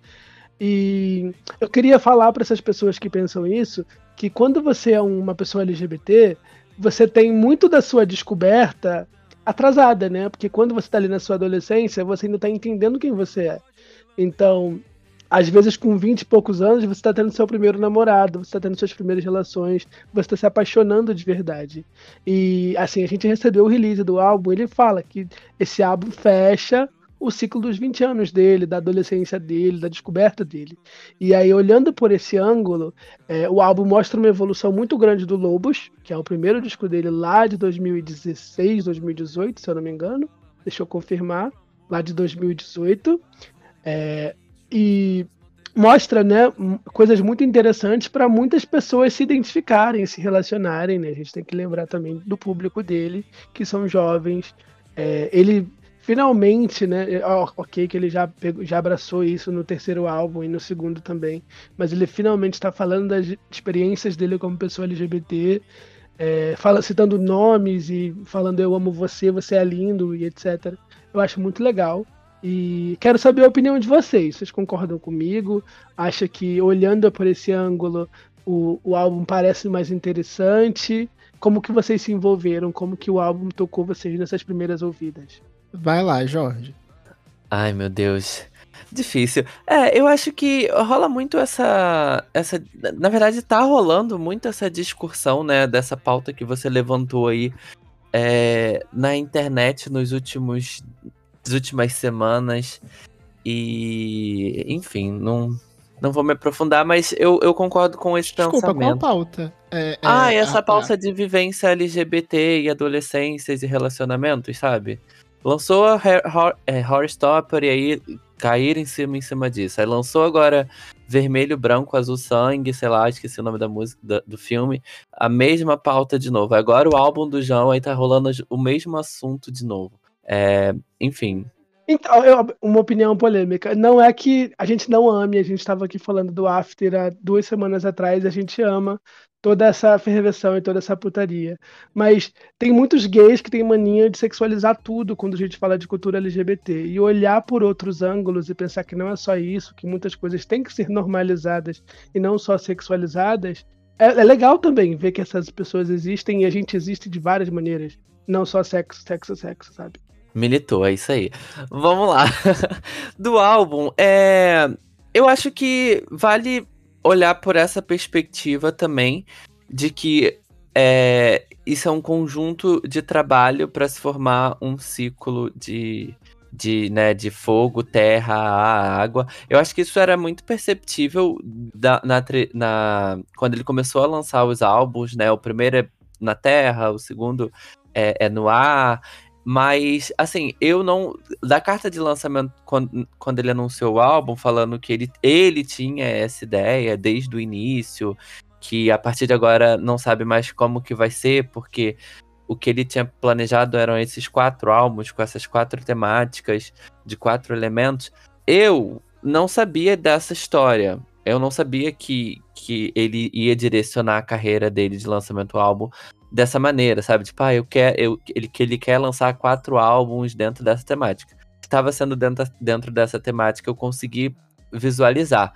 E eu queria falar para essas pessoas que pensam isso, que quando você é uma pessoa L G B T, você tem muito da sua descoberta atrasada, né? Porque quando você está ali na sua adolescência, você ainda está entendendo quem você é. Então, às vezes com vinte e poucos anos, você está tendo seu primeiro namorado, você está tendo suas primeiras relações, você está se apaixonando de verdade. E assim, a gente recebeu o release do álbum, ele fala que esse álbum fecha o ciclo dos vinte anos dele, da adolescência dele, da descoberta dele. E aí, olhando por esse ângulo, é, o álbum mostra uma evolução muito grande do Lobos, que é o primeiro disco dele lá de dois mil e dezesseis, dois mil e dezoito, se eu não me engano. Deixa eu confirmar. Lá de dois mil e dezoito. É, e mostra, né, m- coisas muito interessantes para muitas pessoas se identificarem, se relacionarem, né? A gente tem que lembrar também do público dele, que são jovens. É, ele finalmente, né, é, ó, ok que ele já, pegou- já abraçou isso no terceiro álbum e no segundo também, mas ele finalmente está falando das experiências dele como pessoa L G B T, é, fala, citando nomes e falando eu amo você, você é lindo e etcétera. Eu acho muito legal. E quero saber a opinião de vocês. Vocês concordam comigo? Acha que, olhando por esse ângulo, o, o álbum parece mais interessante? Como que vocês se envolveram? Como que o álbum tocou vocês nessas primeiras ouvidas? Vai lá, Jorge. Ai, meu Deus. Difícil. É, eu acho que rola muito essa, essa. Na verdade, tá rolando muito essa discussão, né? Dessa pauta que você levantou aí é, na internet nos últimos, nas últimas semanas. E, enfim, não, não vou me aprofundar, mas eu, eu concordo com esse Desculpa, qual pensamento. pauta? É, é, Ah, e essa a- pauta de vivência L G B T e adolescências e relacionamentos, sabe? Lançou a Horrorstopper e aí caíram em cima em cima disso. Aí lançou agora Vermelho, Branco, Azul, Sangue, sei lá, esqueci o nome da música da- do filme. A mesma pauta de novo. Agora o álbum do João aí tá rolando o mesmo assunto de novo. É, enfim. Então, eu- uma opinião polêmica. Não é que a gente não ame, a gente estava aqui falando do After há duas semanas atrás, a gente ama toda essa ferveção e toda essa putaria. Mas tem muitos gays que têm mania de sexualizar tudo quando a gente fala de cultura L G B T. E olhar por outros ângulos e pensar que não é só isso, que muitas coisas têm que ser normalizadas e não só sexualizadas, é, é legal também ver que essas pessoas existem e a gente existe de várias maneiras. Não só sexo, sexo, sexo, sabe? Militou, é isso aí. Vamos lá. Do álbum, é... eu acho que vale olhar por essa perspectiva também, de que é, isso é um conjunto de trabalho para se formar um ciclo de, de, né, de fogo, terra, ar, água. Eu acho que isso era muito perceptível da, na, na, quando ele começou a lançar os álbuns, né? O primeiro é na terra, o segundo é, é no ar. Mas, assim, eu não... Da carta de lançamento, quando, quando ele anunciou o álbum, falando que ele, ele tinha essa ideia desde o início, que a partir de agora não sabe mais como que vai ser, porque o que ele tinha planejado eram esses quatro álbuns, com essas quatro temáticas, de quatro elementos. Eu não sabia dessa história. Eu não sabia que, que ele ia direcionar a carreira dele de lançamento do álbum dessa maneira, sabe? Tipo, ah, eu quero, eu, ele, que ele quer lançar quatro álbuns dentro dessa temática. Estava sendo dentro, dentro dessa temática, eu consegui visualizar.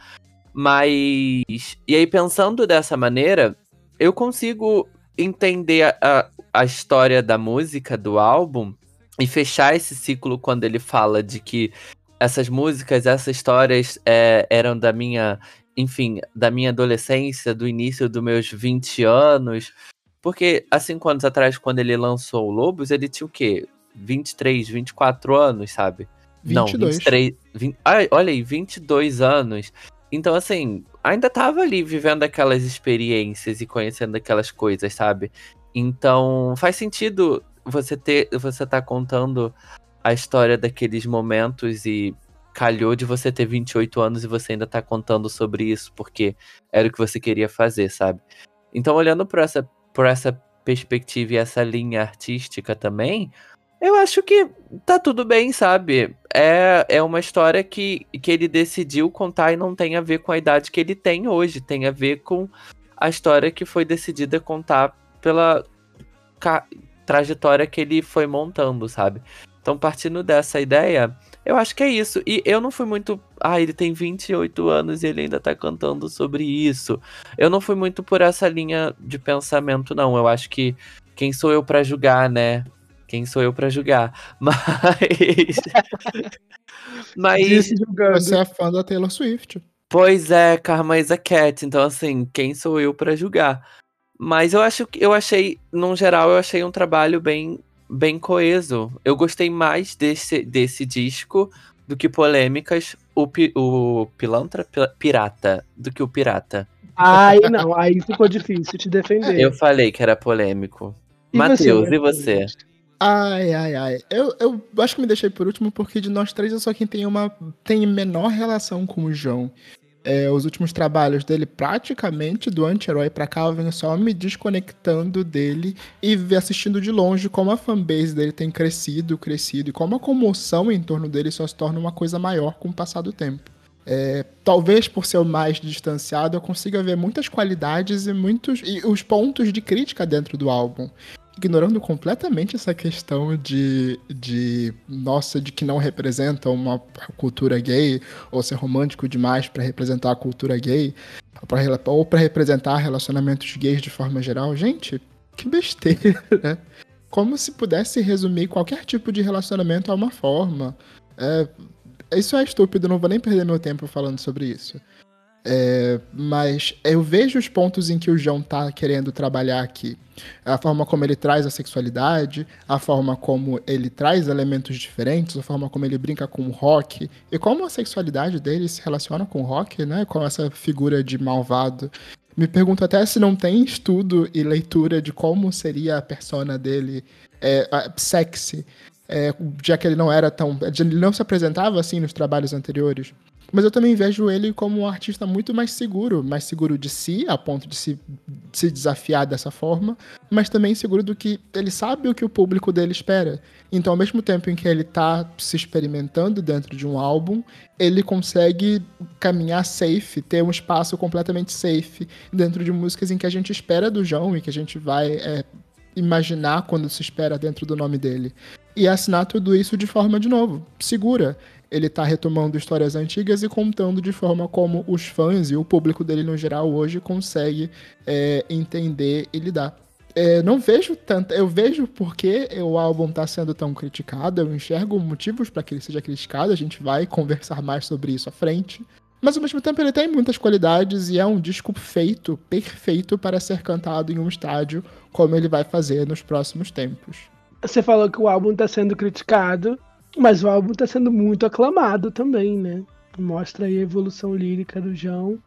Mas... E aí, pensando dessa maneira, eu consigo entender a, a, a história da música, do álbum, e fechar esse ciclo quando ele fala de que essas músicas, essas histórias é, eram da minha... Enfim, da minha adolescência, do início dos meus vinte anos... Porque há cinco anos atrás, quando ele lançou o Lobos, ele tinha o quê? vinte e três, vinte e quatro anos, sabe? vinte e dois. Não, vinte e três... vinte, ai, olha aí, vinte e dois anos. Então, assim, ainda tava ali vivendo aquelas experiências e conhecendo aquelas coisas, sabe? Então, faz sentido você ter, você tá contando a história daqueles momentos e calhou de você ter vinte e oito anos e você ainda tá contando sobre isso, porque era o que você queria fazer, sabe? Então, olhando por essa por essa perspectiva e essa linha artística também, eu acho que tá tudo bem, sabe? É, é uma história que, que ele decidiu contar e não tem a ver com a idade que ele tem hoje, tem a ver com a história que foi decidida contar pela ca- trajetória que ele foi montando, sabe? Então, partindo dessa ideia, eu acho que é isso. E eu não fui muito... Ah, ele tem vinte e oito anos e ele ainda tá cantando sobre isso. Eu não fui muito por essa linha de pensamento, não. Eu acho que quem sou eu pra julgar, né? Quem sou eu pra julgar? Mas... Mas... Disse julgando. Você é fã da Taylor Swift. Pois é, Karma is a Cat. Então, assim, quem sou eu pra julgar? Mas eu acho que eu achei, no geral, eu achei um trabalho bem... bem coeso. Eu gostei mais desse, desse disco do que Polêmicas, o, pi, o Pilantra Pirata, do que o Pirata. Aí não, aí ficou difícil te defender. Eu falei que era polêmico. E Matheus, você, e você? Ai, ai, ai. Eu, eu acho que me deixei por último porque de nós três eu sou quem tem uma tem menor relação com o João. É, os últimos trabalhos dele, praticamente do anti-herói pra cá, eu venho só me desconectando dele e assistindo de longe como a fanbase dele tem crescido, crescido, e como a comoção em torno dele só se torna uma coisa maior com o passar do tempo. É, talvez por ser o mais distanciado, eu consiga ver muitas qualidades e muitos e os pontos de crítica dentro do álbum. Ignorando completamente essa questão de, de, nossa, de que não representa uma cultura gay, ou ser romântico demais para representar a cultura gay, ou para representar relacionamentos gays de forma geral. Gente, que besteira, né? Como se pudesse resumir qualquer tipo de relacionamento a uma forma. É, isso é estúpido, não vou nem perder meu tempo falando sobre isso. É, mas eu vejo os pontos em que o João tá querendo trabalhar aqui. A forma como ele traz a sexualidade, a forma como ele traz elementos diferentes, a forma como ele brinca com o rock, e como a sexualidade dele se relaciona com o rock, né? Com essa figura de malvado. Me pergunto até se não tem estudo e leitura de como seria a persona dele é, sexy, é, já que ele não era tão... ele não se apresentava assim nos trabalhos anteriores. Mas eu também vejo ele como um artista muito mais seguro, mais seguro de si, a ponto de se se desafiar dessa forma, mas também inseguro do que ele sabe o que o público dele espera. Então, ao mesmo tempo em que ele tá se experimentando dentro de um álbum, ele consegue caminhar safe, ter um espaço completamente safe dentro de músicas em que a gente espera do João e que a gente vai é, imaginar quando se espera dentro do nome dele. E assinar tudo isso de forma, de novo, segura. Ele tá retomando histórias antigas e contando de forma como os fãs e o público dele no geral hoje consegue é, entender e lidar. É, não vejo tanto, eu vejo porque o álbum tá sendo tão criticado, eu enxergo motivos para que ele seja criticado, a gente vai conversar mais sobre isso à frente. Mas ao mesmo tempo ele tem muitas qualidades e é um disco feito, perfeito para ser cantado em um estádio, como ele vai fazer nos próximos tempos. Você falou que o álbum tá sendo criticado, mas o álbum tá sendo muito aclamado também, né? Mostra aí a evolução lírica do João.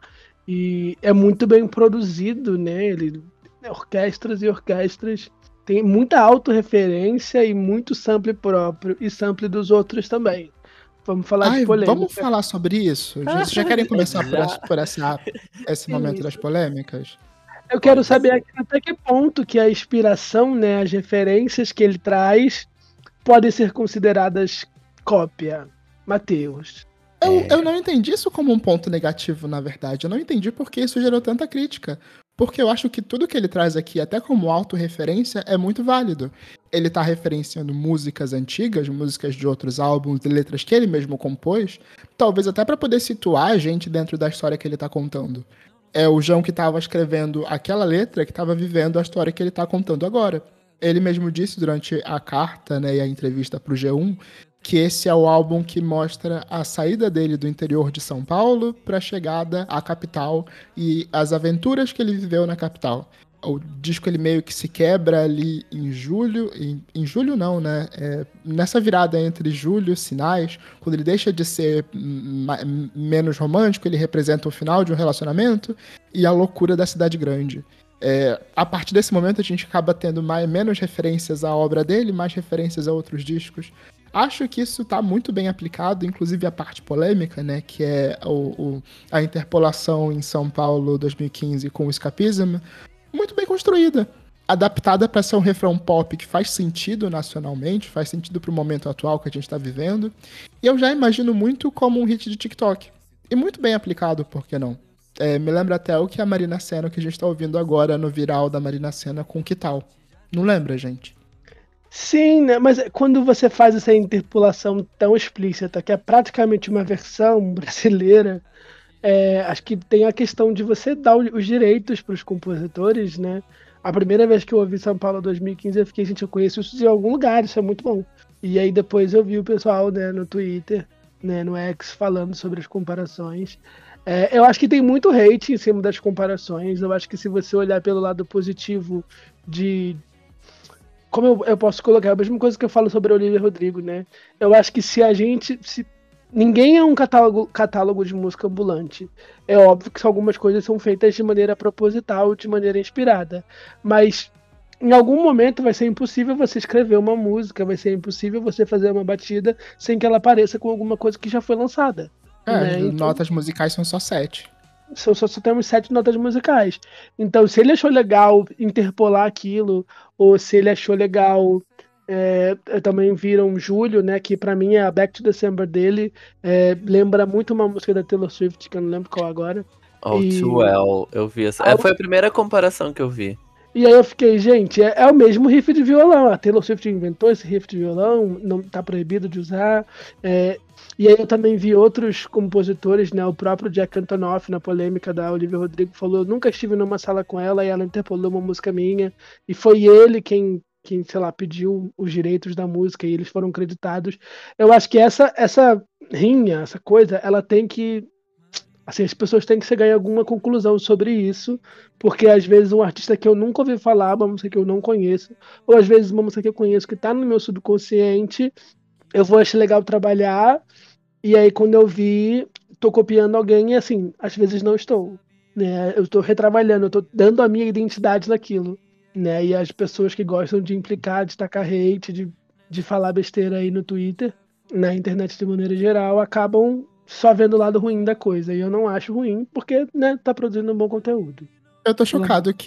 E é muito bem produzido, né? Ele, orquestras e orquestras. Tem muita autorreferência e muito sample próprio. E sample dos outros também. Vamos falar Ai, de polêmica. vamos falar sobre isso? Vocês já querem começar por, essa, por essa, esse momento Isso. das polêmicas? Eu quero saber até que ponto que a inspiração, né, as referências que ele traz podem ser consideradas cópia. Matheus. Eu, É. eu não entendi isso como um ponto negativo, na verdade. Eu não entendi porque isso gerou tanta crítica. Porque eu acho que tudo que ele traz aqui, até como autorreferência, é muito válido. Ele tá referenciando músicas antigas, músicas de outros álbuns, de letras que ele mesmo compôs, talvez até para poder situar a gente dentro da história que ele tá contando. É o João que estava escrevendo aquela letra que estava vivendo a história que ele está contando agora. Ele mesmo disse durante a carta, né, e a entrevista para o G um que esse é o álbum que mostra a saída dele do interior de São Paulo para a chegada à capital e as aventuras que ele viveu na capital. O disco ele meio que se quebra ali em julho, em, em julho não, né? É, nessa virada entre julho e Sinais, quando ele deixa de ser ma- menos romântico, ele representa o final de um relacionamento e a loucura da cidade grande. É, a partir desse momento a gente acaba tendo mais, menos referências à obra dele, mais referências a outros discos. Acho que isso está muito bem aplicado, inclusive a parte polêmica, né, que é o, o, a interpolação em São Paulo dois mil e quinze com o Escapism, muito bem construída, adaptada para ser um refrão pop que faz sentido nacionalmente, faz sentido para o momento atual que a gente está vivendo, e eu já imagino muito como um hit de TikTok, e muito bem aplicado, por que não? É, me lembra até o que a Marina Sena, que a gente está ouvindo agora no viral da Marina Sena com Que Tal? Não lembra, gente? Sim, né? Mas quando você faz essa interpolação tão explícita, que é praticamente uma versão brasileira, é, acho que tem a questão de você dar os direitos para os compositores, né? A primeira vez que eu ouvi São Paulo dois mil e quinze, eu fiquei, gente, eu conheço isso de algum lugar, isso é muito bom. E aí depois eu vi o pessoal, né, no Twitter, né, no X, falando sobre as comparações. É, eu acho que tem muito hate em cima das comparações. Eu acho que se você olhar pelo lado positivo de... Como eu, eu posso colocar a mesma coisa que eu falo sobre a Olivia Rodrigo, né? Eu acho que se a gente... Se, ninguém é um catálogo, catálogo de música ambulante. É óbvio que algumas coisas são feitas de maneira proposital, de maneira inspirada. Mas em algum momento vai ser impossível você escrever uma música, vai ser impossível você fazer uma batida sem que ela pareça com alguma coisa que já foi lançada. É, né? Então, notas musicais são só sete. só, só, só temos sete notas musicais. Então, se ele achou legal interpolar aquilo, ou se ele achou legal... É, também viram Julho, né? Que pra mim é a Back to December dele. É, lembra muito uma música da Taylor Swift, que eu não lembro qual agora. Oh, E- Too Well, eu vi essa. É, foi a primeira comparação que eu vi. E aí eu fiquei, gente, é, é o mesmo riff de violão. A Taylor Swift inventou esse riff de violão, não tá proibido de usar. É, e aí eu também vi outros compositores, né? O próprio Jack Antonoff, na polêmica da Olivia Rodrigo, falou: eu nunca estive numa sala com ela e ela interpolou uma música minha. E foi ele quem, quem sei lá, pediu os direitos da música e eles foram creditados. Eu acho que essa, essa rinha, essa coisa, ela tem que... Assim, as pessoas têm que chegar em alguma conclusão sobre isso, porque às vezes um artista que eu nunca ouvi falar, uma música que eu não conheço, ou às vezes uma música que eu conheço que tá no meu subconsciente, eu vou achar legal trabalhar, e aí quando eu vi, tô copiando alguém e assim, às vezes não estou, né? Eu tô retrabalhando, eu tô dando a minha identidade naquilo, né? E as pessoas que gostam de implicar, de tacar hate, de, de falar besteira aí no Twitter, na internet de maneira geral, acabam só vendo o lado ruim da coisa. E eu não acho ruim, porque, né, tá produzindo um bom conteúdo. Eu tô chocado que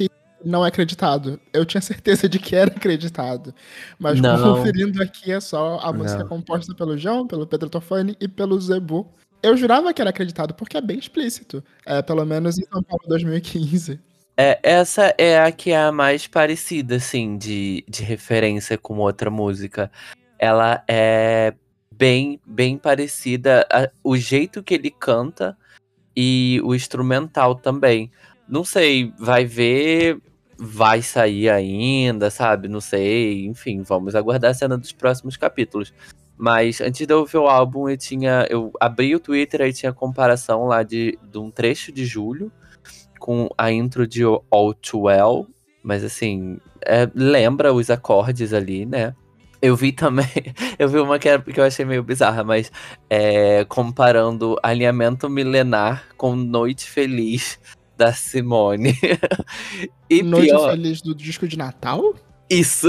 não é acreditado. Eu tinha certeza de que era acreditado. Mas Não. conferindo aqui é só a música Não. composta pelo João, pelo Pedro Tofani e pelo Zebu. Eu jurava que era acreditado, porque é bem explícito. É, pelo menos em São Paulo dois mil e quinze. É, essa é a que é a mais parecida, assim, de, de referência com outra música. Ela é bem, bem parecida. a- o jeito que ele canta e o instrumental também. Não sei, vai ver, vai sair ainda, sabe? Não sei, enfim, vamos aguardar a cena dos próximos capítulos. Mas antes de eu ouvir o álbum, eu tinha. Eu abri o Twitter e tinha comparação lá de, de um trecho de Julho com a intro de All Too Well. Mas assim, é, lembra os acordes ali, né? Eu vi também. Eu vi uma que, era, que eu achei meio bizarra, mas é, comparando Alinhamento Milenar com Noite Feliz da Simone. E Noite pior, Feliz do disco de Natal? isso.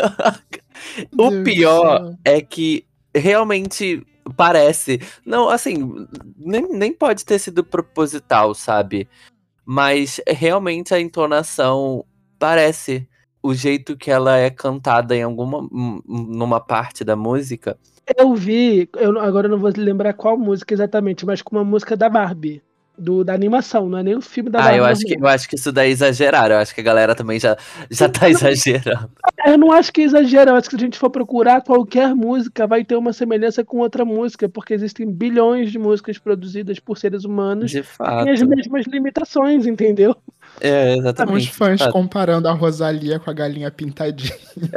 Meu O Deus do pior céu. é que realmente parece. Não, assim, nem, nem pode ter sido proposital, sabe? Mas realmente a entonação parece o jeito que ela é cantada em alguma m- m- numa parte da música. Eu vi, eu, não- agora eu não vou lembrar qual música exatamente, mas com uma música da Barbie. Do, da animação, não é nem o filme da Ah, Barbie eu acho que normal. eu acho que isso daí exageraram. Eu acho que a galera também já, já tá exagerando. Eu não acho que é exagero, eu acho que se a gente for procurar qualquer música, vai ter uma semelhança com outra música, porque existem bilhões de músicas produzidas por seres humanos De que têm as fato. mesmas limitações, entendeu? É, São os exatamente. de fãs fato. comparando a Rosalia com a galinha pintadinha.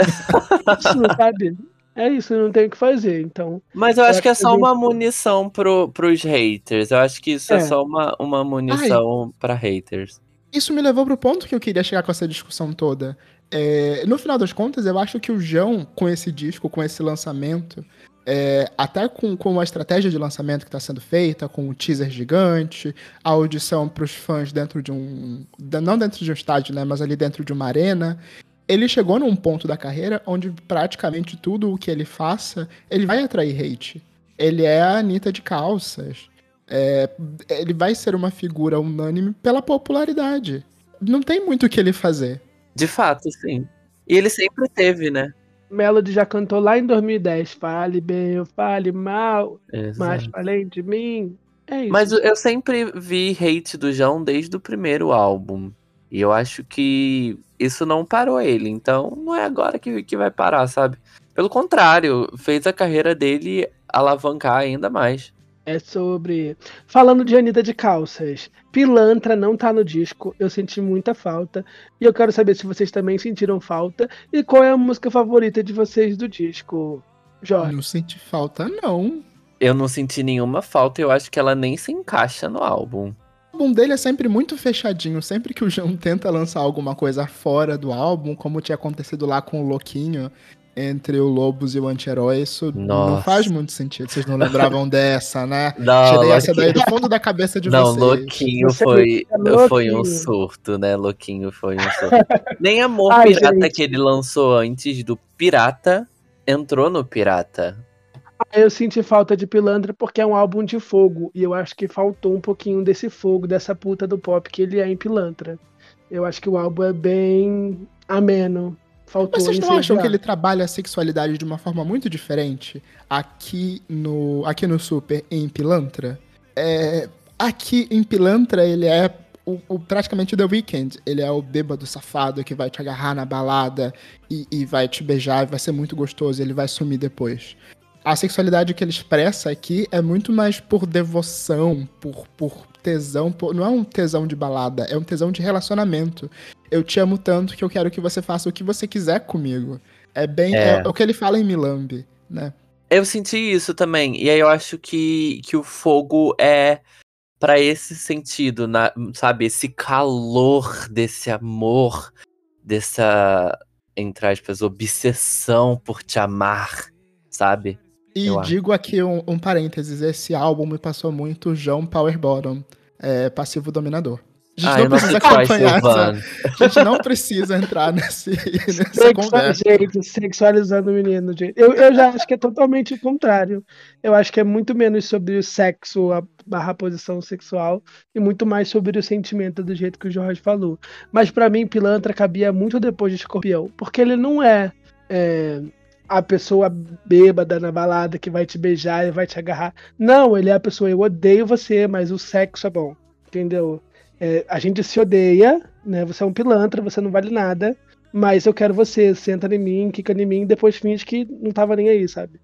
Isso, sabe? É isso, não tem o que fazer, então. Mas eu eu acho que é a só gente- uma munição pro, pros haters. Eu acho que isso é, É. só uma, uma munição pra haters. Isso me levou pro ponto que eu queria chegar com essa discussão toda. É, no final das contas, eu acho que o João, com esse disco, com esse lançamento, é, até com, com a estratégia de lançamento que está sendo feita, com o teaser gigante, a audição para os fãs dentro de um. Não dentro de um estádio, né? Mas ali dentro de uma arena. Ele chegou num ponto da carreira onde praticamente tudo o que ele faça, ele vai atrair hate. Ele é a Anitta de calças. É, ele vai ser uma figura unânime pela popularidade. Não tem muito o que ele fazer. De fato, sim. E ele sempre teve, né? Melody já cantou lá em dois mil e dez. Fale bem ou fale mal, mas Exato. além de mim. É isso. Mas eu sempre vi hate do João desde o primeiro álbum. E eu acho que isso não parou ele. Então não é agora que, que vai parar, sabe? Pelo contrário, fez a carreira dele alavancar ainda mais. É sobre. Falando de Anitta de calças. Pilantra não tá no disco. Eu senti muita falta. E eu quero saber se vocês também sentiram falta. E qual é a música favorita de vocês do disco, Jorge? Não senti falta, não. Eu não senti nenhuma falta e eu acho que ela nem se encaixa no álbum. O álbum dele é sempre muito fechadinho. Sempre que o João tenta lançar alguma coisa fora do álbum, como tinha acontecido lá com o Louquinho, entre o Lobos e o Anti-Herói, isso não Nossa. faz muito sentido. Vocês não lembravam dessa, né? Não, Tirei essa Louquinho- daí do fundo da cabeça de Não, vocês. Louquinho Você foi, é foi um louquinho. surto, né? Louquinho foi um surto. Nem Amor Ai, Pirata gente. que ele lançou antes do Pirata entrou no Pirata. Eu senti falta de Pilantra porque é um álbum de fogo. E eu acho que faltou um pouquinho desse fogo, dessa puta do pop que ele é em Pilantra. Eu acho que o álbum é bem ameno. Faltou Mas vocês não incendiar. acham que ele trabalha a sexualidade de uma forma muito diferente aqui no, aqui no Super e em Pilantra? É, aqui em Pilantra ele é o, o- praticamente The Weeknd. Ele é o bêbado safado que vai te agarrar na balada e, e vai te beijar e vai ser muito gostoso. Ele vai sumir depois. A sexualidade que ele expressa aqui é muito mais por devoção, por, por tesão. por- não é um tesão de balada, é um tesão de relacionamento. Eu te amo tanto que eu quero que você faça o que você quiser comigo. É bem. É. É, o que ele fala em Milambi, né? Eu senti isso também. E aí eu acho que, que o fogo é pra esse sentido, na- sabe? Esse calor desse amor, dessa, entre aspas, obsessão por te amar, sabe? E Eu acho. digo aqui um, um parênteses: esse álbum me passou muito João Power Bottom, é, passivo dominador. A gente Ah, não eu não precisa sei qual é acompanhar essa. Silvano. A gente não precisa entrar nesse, nessa Sexua- conversa. Gente, sexualizando o menino, gente. Eu, eu já acho que é totalmente o contrário. Eu acho que é muito menos sobre o sexo, a barra posição sexual, e muito mais sobre o sentimento, do jeito que o Jorge falou. Mas pra mim, pilantra cabia muito depois de escorpião, porque ele não é, é, a pessoa bêbada na balada que vai te beijar e vai te agarrar. Não, ele é a pessoa, eu odeio você, mas o sexo é bom. Entendeu? É, a gente se odeia, né? Você é um pilantra, você não vale nada, mas eu quero você, senta em mim, quica em mim, depois finge que não tava nem aí, sabe?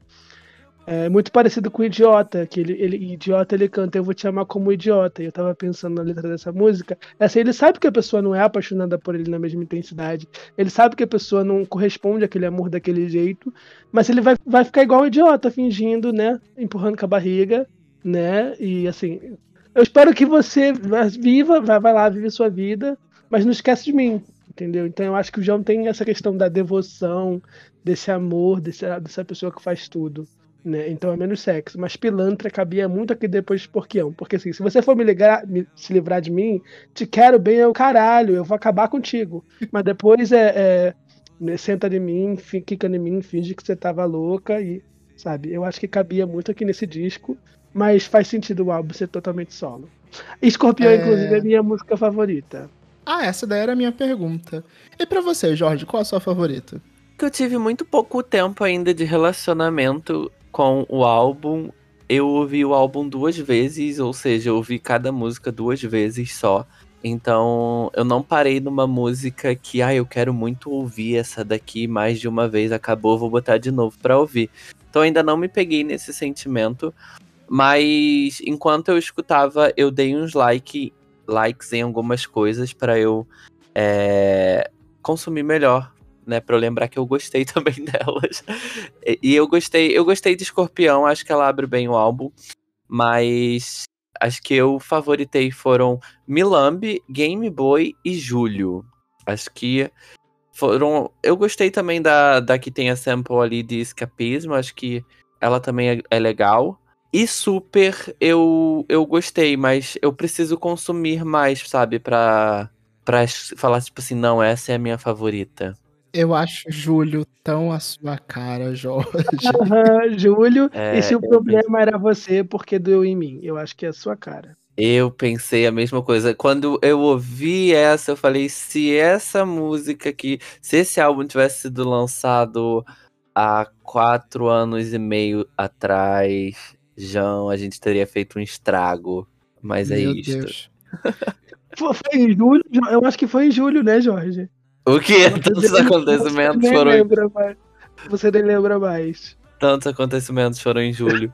É muito parecido com o Idiota, que ele, ele Idiota ele canta Eu Vou Te Amar Como Idiota, e eu tava pensando na letra dessa música, essa ele sabe que a pessoa não é apaixonada por ele na mesma intensidade, ele sabe que a pessoa não corresponde àquele amor daquele jeito, mas ele vai, vai ficar igual o Idiota, fingindo, né, empurrando com a barriga, né, e assim, eu espero que você viva, vai, vai lá, vive sua vida, mas não esquece de mim, entendeu? Então eu acho que o João tem essa questão da devoção, desse amor, desse, dessa pessoa que faz tudo, né? Então é menos sexo. Mas pilantra cabia muito aqui depois de Porquião. Porque assim, se você for me, ligar, me se livrar de mim, te quero bem é o caralho, eu vou acabar contigo. Mas depois é, é senta em mim, fica em mim, finge que você tava louca e, sabe? Eu acho que cabia muito aqui nesse disco. Mas faz sentido o álbum ser totalmente solo. Escorpião, É. inclusive, é minha música favorita. Ah, essa daí era a minha pergunta. E pra você, Jorge, qual a sua favorita? Que eu tive muito pouco tempo ainda de relacionamento com o álbum. Eu ouvi o álbum duas vezes, ou seja, eu ouvi cada música duas vezes só. Então, eu não parei numa música que, ah, eu quero muito ouvir essa daqui mais de uma vez, acabou, vou botar de novo pra ouvir. Então, ainda não me peguei nesse sentimento, mas enquanto eu escutava, eu dei uns like, likes em algumas coisas pra eu é, consumir melhor, né, pra eu lembrar que eu gostei também delas. E, e eu gostei, eu gostei de Escorpião, acho que ela abre bem o álbum, mas as que eu favoritei foram Milambi, Game Boy e Júlio. Acho que foram. Eu gostei também da, da que tem a sample ali de Escapismo, acho que ela também é, é legal. E Super eu, eu gostei, mas eu preciso consumir mais, sabe, pra, pra falar tipo assim, não, essa é a minha favorita. Eu acho Júlio tão a sua cara, Jorge. Aham, Júlio, É, e se o eu problema era você, porque doeu em mim? Eu acho que é a sua cara. Eu pensei a mesma coisa. Quando eu ouvi essa, eu falei, se essa música aqui, se esse álbum tivesse sido lançado há quatro anos e meio atrás, João, a gente teria feito um estrago. Mas é Meu isto. Deus. Foi foi em julho? Eu acho que foi em julho, né, Jorge? O que? Você Tantos nem- acontecimentos você nem foram. lembra mais. Você nem lembra mais. Tantos acontecimentos foram em julho.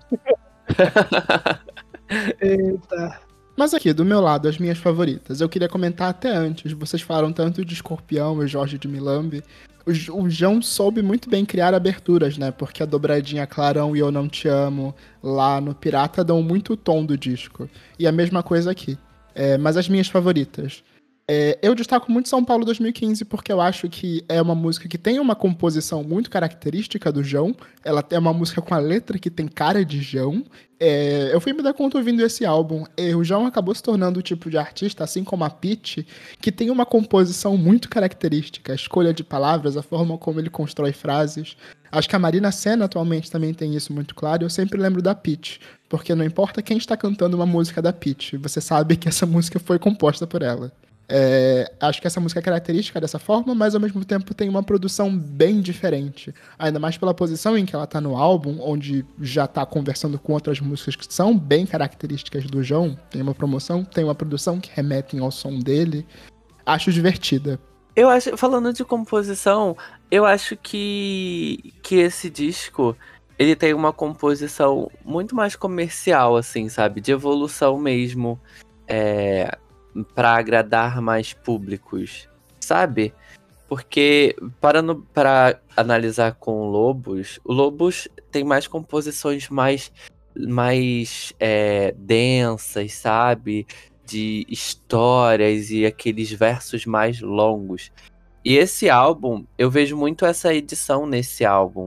Eita. Mas aqui, do meu lado, as minhas favoritas. Eu queria comentar até antes. Vocês falaram tanto de Escorpião e Jorge de Milambi. O, J- o João soube muito bem criar aberturas, né? Porque a dobradinha Clarão e Eu Não Te Amo lá no Pirata dão muito o tom do disco. E a mesma coisa aqui. É, mas as minhas favoritas. É, eu destaco muito São Paulo dois mil e quinze porque eu acho que é uma música que tem uma composição muito característica do João. Ela é uma música com a letra que tem cara de João. É, eu fui me dar conta ouvindo esse álbum. E o João acabou se tornando o tipo de artista, assim como a Pitty, que tem uma composição muito característica. A escolha de palavras, a forma como ele constrói frases. Acho que a Marina Sena atualmente também tem isso muito claro. Eu sempre lembro da Pitty, porque não importa quem está cantando uma música da Pitty, você sabe que essa música foi composta por ela. É, acho que essa música é característica dessa forma, mas ao mesmo tempo tem uma produção bem diferente. Ainda mais pela posição em que ela tá no álbum, onde já tá conversando com outras músicas que são bem características do João. Tem uma promoção, tem uma produção que remetem ao som dele. Acho divertida. Eu acho, falando de composição, eu acho que, que esse disco, ele tem uma composição muito mais comercial, assim, sabe? De evolução mesmo, é, pra agradar mais públicos, sabe? Porque, parando pra analisar com o Lobos, o Lobos tem mais composições mais, mais é, densas, sabe? De histórias e aqueles versos mais longos. E esse álbum, eu vejo muito essa edição nesse álbum,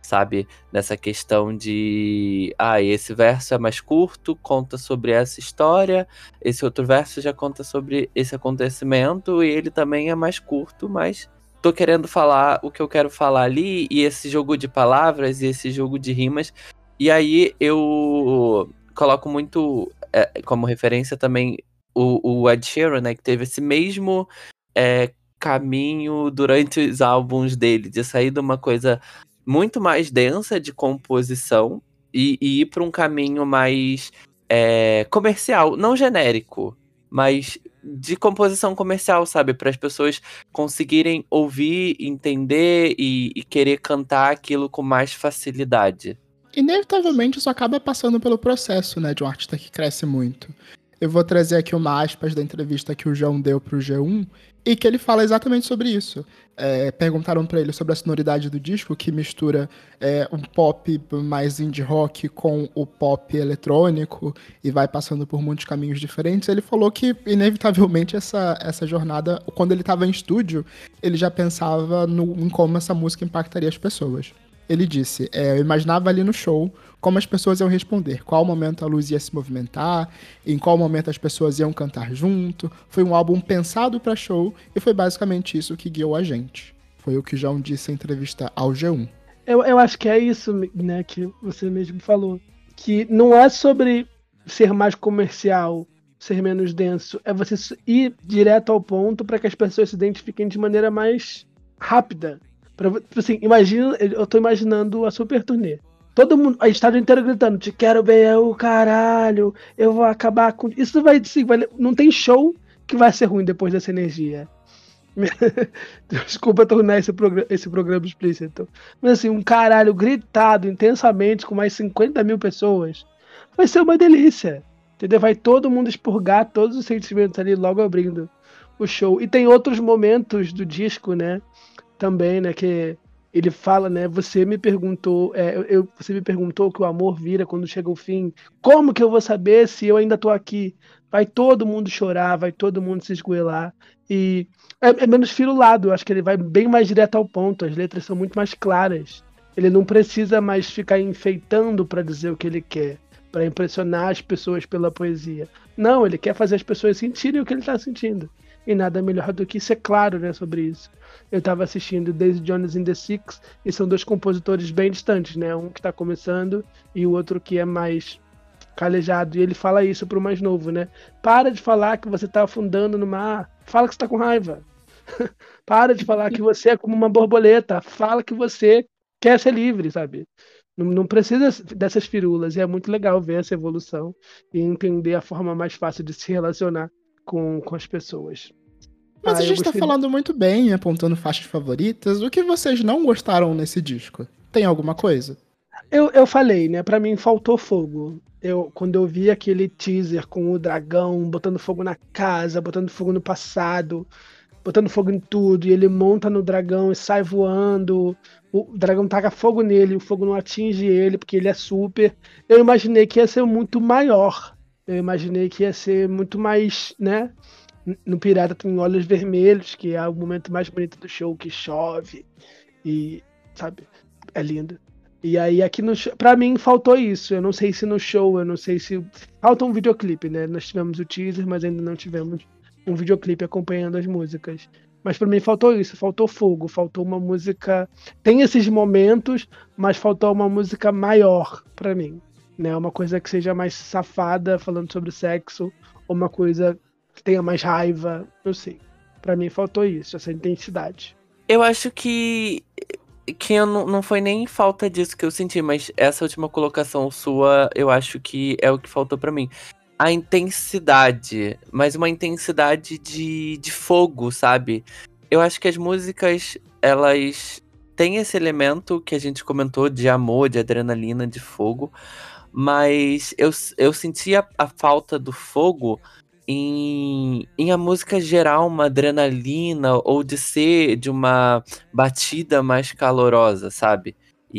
sabe? Nessa questão de, ah, esse verso é mais curto, conta sobre essa história, esse outro verso já conta sobre esse acontecimento, e ele também é mais curto, mas tô querendo falar o que eu quero falar ali, e esse jogo de palavras, e esse jogo de rimas, e aí eu coloco muito é, como referência também o, o Ed Sheeran, né, que teve esse mesmo é, caminho durante os álbuns dele, de sair de uma coisa muito mais densa de composição e, e ir para um caminho mais é, comercial, não genérico, mas de composição comercial, sabe? Para as pessoas conseguirem ouvir, entender e, e querer cantar aquilo com mais facilidade. Inevitavelmente isso acaba passando pelo processo, né, de um artista que cresce muito. Eu vou trazer aqui uma aspas da entrevista que o João deu pro G um, e que ele fala exatamente sobre isso. É, perguntaram pra ele sobre a sonoridade do disco, que mistura é, um pop mais indie rock com o pop eletrônico, e vai passando por muitos caminhos diferentes. Ele falou que, inevitavelmente, essa, essa jornada, quando ele estava em estúdio, ele já pensava no, em como essa música impactaria as pessoas. Ele disse, é, eu imaginava ali no show como as pessoas iam responder, qual momento a luz ia se movimentar, em qual momento as pessoas iam cantar junto. Foi um álbum pensado para show e foi basicamente isso que guiou a gente. Foi o que o João disse em entrevista ao G um. Eu, eu acho que é isso, né, que você mesmo falou. Que não é sobre ser mais comercial, ser menos denso, é você ir direto ao ponto para que as pessoas se identifiquem de maneira mais rápida. Pra, assim, imagina, eu tô imaginando a super turnê. Todo mundo, a estádio inteiro gritando, te quero bem, é o caralho, eu vou acabar com... Isso vai, assim, vai... Não tem show que vai ser ruim depois dessa energia. Desculpa tornar esse, progr... esse programa explícito. Mas assim, um caralho gritado intensamente com mais cinquenta mil pessoas vai ser uma delícia. Entendeu? Vai todo mundo expurgar todos os sentimentos ali logo abrindo o show. E tem outros momentos do disco, né? Também, né, que ele fala, né, você me perguntou, é, eu, você me perguntou que o amor vira quando chega o fim, como que eu vou saber se eu ainda tô aqui? Vai todo mundo chorar, vai todo mundo se esgoelar, e é, é menos firulado, eu acho que ele vai bem mais direto ao ponto, as letras são muito mais claras, ele não precisa mais ficar enfeitando para dizer o que ele quer, para impressionar as pessoas pela poesia, não, ele quer fazer as pessoas sentirem o que ele tá sentindo. E nada melhor do que ser claro, né, sobre isso. Eu estava assistindo Daisy Jones and the Six, e são dois compositores bem distantes, né? Um que está começando e o outro que é mais calejado. E ele fala isso pro mais novo, né? Para de falar que você está afundando no mar. Fala que você está com raiva. Para de falar que você é como uma borboleta. Fala que você quer ser livre, sabe? Não, não precisa dessas firulas. E é muito legal ver essa evolução e entender a forma mais fácil de se relacionar Com, com as pessoas. Mas ah, a gente tá gostei... falando muito bem, apontando faixas favoritas. O que vocês não gostaram nesse disco? Tem alguma coisa? Eu, eu falei, né? Pra mim faltou fogo. Eu, quando eu vi aquele teaser com o dragão botando fogo na casa, botando fogo no passado, botando fogo em tudo, e ele monta no dragão e sai voando, o dragão taca fogo nele, o fogo não atinge ele porque ele é super. Eu imaginei que ia ser muito maior. Eu imaginei que ia ser muito mais, né? No Pirata tem Olhos Vermelhos, que é o momento mais bonito do show, que chove. E, sabe? É lindo. E aí aqui no show, pra mim faltou isso. Eu não sei se no show, eu não sei se... Falta um videoclipe, né? Nós tivemos o teaser, mas ainda não tivemos um videoclipe acompanhando as músicas. Mas pra mim faltou isso, faltou fogo, faltou uma música... Tem esses momentos, mas faltou uma música maior pra mim. Né, uma coisa que seja mais safada, falando sobre sexo, ou uma coisa que tenha mais raiva, não sei. Pra mim faltou isso, essa intensidade. Eu acho que que eu não, não foi nem falta disso que eu senti, mas essa última colocação sua, eu acho que é o que faltou pra mim. A intensidade, mas uma intensidade de, de fogo, sabe? Eu acho que as músicas, elas têm esse elemento que a gente comentou de amor, de adrenalina, de fogo, mas eu, eu sentia a falta do fogo em, em a música gerar uma adrenalina ou de ser de uma batida mais calorosa, sabe?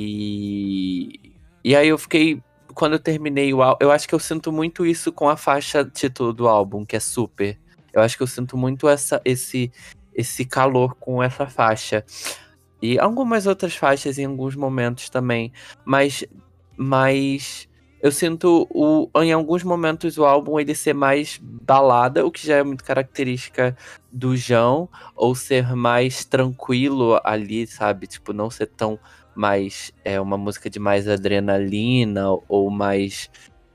E, e aí eu fiquei, quando eu terminei o álbum, eu acho que eu sinto muito isso com a faixa título do álbum, que é Super. Eu acho que eu sinto muito essa, esse, esse calor com essa faixa. E algumas outras faixas em alguns momentos também. Mas, mas eu sinto o, em alguns momentos o álbum ele ser mais balada, o que já é muito característica do João, ou ser mais tranquilo ali, sabe? Tipo, não ser tão mais é, uma música de mais adrenalina ou mais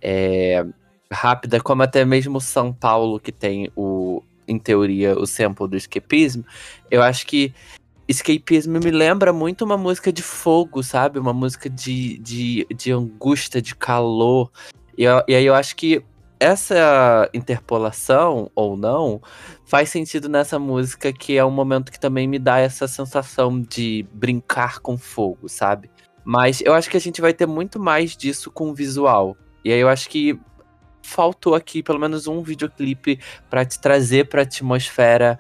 é, rápida, como até mesmo São Paulo, que tem o, em teoria, o sample do escapismo. Eu acho que escapismo me lembra muito uma música de fogo, sabe? Uma música de, de, de angústia, de calor. E, eu- e aí eu acho que essa interpolação, ou não, faz sentido nessa música, que é um momento que também me dá essa sensação de brincar com fogo, sabe? Mas eu acho que a gente vai ter muito mais disso com o visual. E aí eu acho que faltou aqui pelo menos um videoclipe pra te trazer pra atmosfera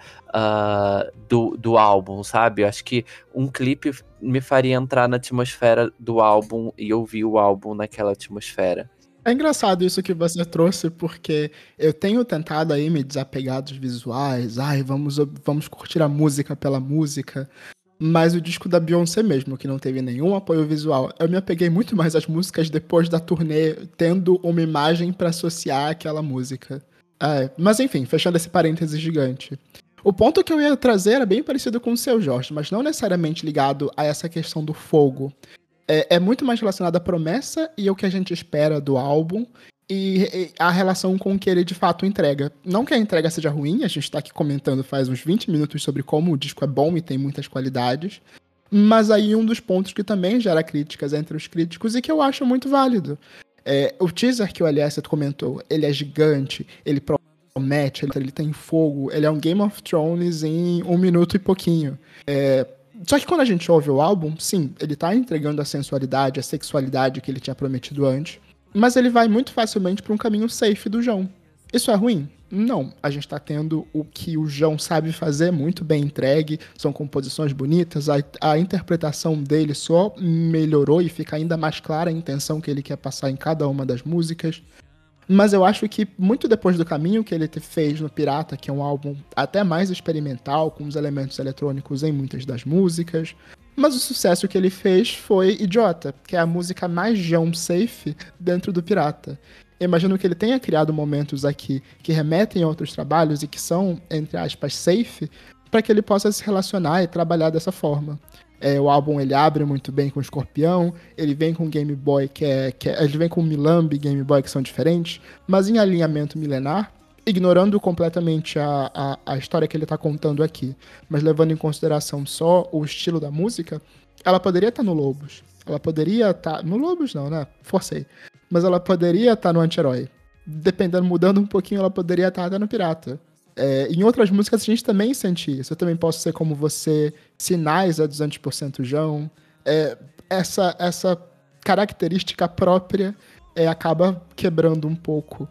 ah, do, do álbum, sabe? Eu acho que um clipe me faria entrar na atmosfera do álbum e ouvir o álbum naquela atmosfera. É engraçado isso que você trouxe, porque eu tenho tentado aí me desapegar dos visuais, ai, vamos, vamos curtir a música pela música, mas o disco da Beyoncé mesmo, que não teve nenhum apoio visual, eu me apeguei muito mais às músicas depois da turnê, tendo uma imagem pra associar àquela música. É, mas enfim, fechando esse parêntese gigante. O ponto que eu ia trazer era bem parecido com o seu, Jorge, mas não necessariamente ligado a essa questão do fogo. É, é muito mais relacionado à promessa e ao que a gente espera do álbum e, e a relação com o que ele de fato entrega. Não que a entrega seja ruim, a gente tá aqui comentando faz uns vinte minutos sobre como o disco é bom e tem muitas qualidades, mas aí um dos pontos que também gera críticas entre os críticos e que eu acho muito válido. É, o teaser que o Elias comentou, ele é gigante, ele promete, ele, ele tem fogo, ele é um Game of Thrones em um minuto e pouquinho. É, só que quando a gente ouve o álbum, sim, ele tá entregando a sensualidade, a sexualidade que ele tinha prometido antes, mas ele vai muito facilmente para um caminho safe do João. Isso é ruim? Não. A gente tá tendo o que o João sabe fazer, muito bem entregue, são composições bonitas, a, a interpretação dele só melhorou e fica ainda mais clara a intenção que ele quer passar em cada uma das músicas. Mas eu acho que muito depois do caminho que ele te- fez no Pirata, que é um álbum até mais experimental, com os elementos eletrônicos em muitas das músicas, mas o sucesso que ele fez foi Idiota, que é a música mais João safe dentro do Pirata. Eu imagino que ele tenha criado momentos aqui que remetem a outros trabalhos e que são, entre aspas, safe, para que ele possa se relacionar e trabalhar dessa forma. É, o álbum ele abre muito bem com o Escorpião, ele vem com o Game Boy, que é, que é- ele vem com o Milambi e Game Boy, que são diferentes, mas em alinhamento milenar, ignorando completamente a, a, a história que ele está contando aqui, mas levando em consideração só o estilo da música, ela poderia estar no Lobos, ela poderia estar... no Lobos não, né? Forcei. Mas ela poderia estar no Anti-Herói. Dependendo, mudando um pouquinho, ela poderia estar até no Pirata. É, em outras músicas a gente também sente isso. Eu também posso ser como você, Sinais é duzentos por cento João. É, essa, essa característica própria é, acaba quebrando um pouco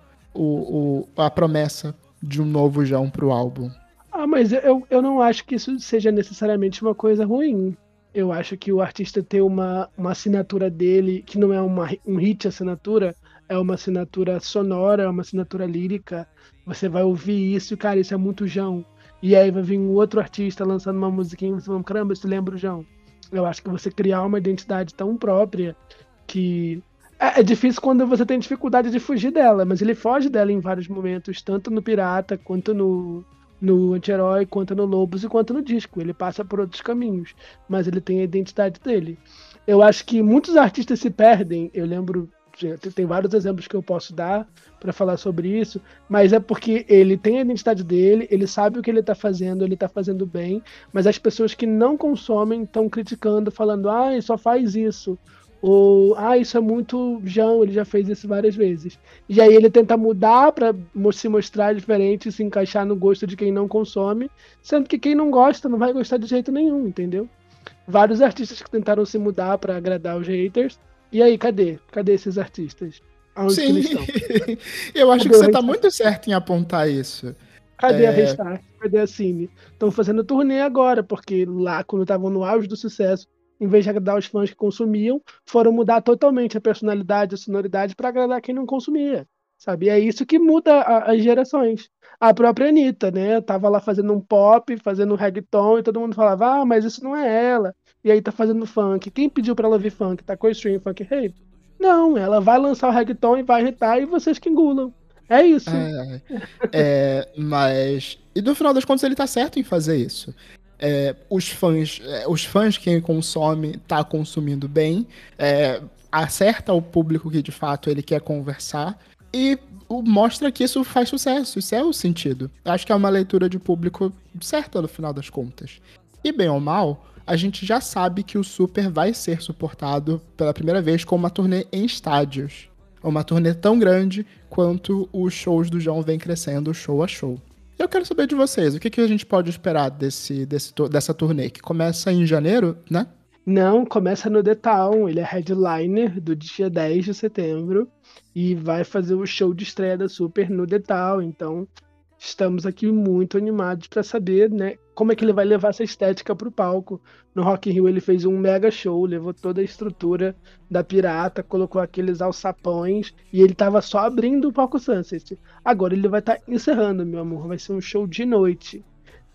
o, o- a promessa de um novo João pro álbum. Ah, mas eu, eu não acho que isso seja necessariamente uma coisa ruim. Eu acho que o artista ter uma, uma assinatura dele, que não é uma, um hit assinatura, é uma assinatura sonora, é uma assinatura lírica. Você vai ouvir isso e, cara, isso é muito João. E aí vai vir um outro artista lançando uma musiquinha e você fala, caramba, isso lembra o João. Eu acho que você criar uma identidade tão própria que... É, é difícil quando você tem dificuldade de fugir dela, mas ele foge dela em vários momentos, tanto no Pirata, quanto no, no Anti-Herói, quanto no Lobos e quanto no disco. Ele passa por outros caminhos, mas ele tem a identidade dele. Eu acho que muitos artistas se perdem. Eu lembro, tem vários exemplos que eu posso dar para falar sobre isso, mas é porque ele tem a identidade dele, ele sabe o que ele está fazendo, ele está fazendo bem, mas as pessoas que não consomem estão criticando, falando, ah, ele só faz isso. Ou, ah, isso é muito João, ele já fez isso várias vezes. E aí ele tenta mudar pra mo- se mostrar diferente e se encaixar no gosto de quem não consome, sendo que quem não gosta não vai gostar de jeito nenhum, entendeu? Vários artistas que tentaram se mudar pra agradar os haters. E aí, cadê? Cadê esses artistas? Aonde que Sim, eles estão? eu acho Cadê que o você tá Restart? muito certo em apontar isso. Cadê a É, Restart? Cadê a Cine? Estão fazendo turnê agora, porque lá, quando estavam no auge do sucesso, em vez de agradar os fãs que consumiam, foram mudar totalmente a personalidade, a sonoridade para agradar quem não consumia. sabe? E é isso que muda a- as gerações. A própria Anitta, né? Tava lá fazendo um pop, fazendo um reggaeton, e todo mundo falava, ah, mas isso não é ela. E aí tá fazendo funk. Quem pediu pra ela ouvir funk? Tá com o stream funk rave? Não, ela vai lançar o reggaeton e vai irritar e vocês que engulam. É isso. É, é, mas. E no final das contas ele tá certo em fazer isso. É, os fãs, é, os fãs, quem consome, tá consumindo bem, é, acerta o público que de fato ele quer conversar e o- mostra que isso faz sucesso. Isso é o sentido. Acho que é uma leitura de público certa no final das contas. E bem ou mal, a gente já sabe que o Super vai ser suportado pela primeira vez com uma turnê em estádios. Uma turnê tão grande quanto os shows do João vem crescendo show a show. Eu quero saber de vocês, o que, que a gente pode esperar desse, desse, tu- dessa turnê, que começa em janeiro, né? Não, começa no The Town, ele é headliner do dia dez de setembro e vai fazer o show de estreia da Super no The Town, então estamos aqui muito animados para saber, né, como é que ele vai levar essa estética pro palco. No Rock in Rio ele fez um mega show, levou toda a estrutura da Pirata, colocou aqueles alçapões e ele tava só abrindo o palco Sunset. Agora ele vai estar encerrando, meu amor, vai ser um show de noite,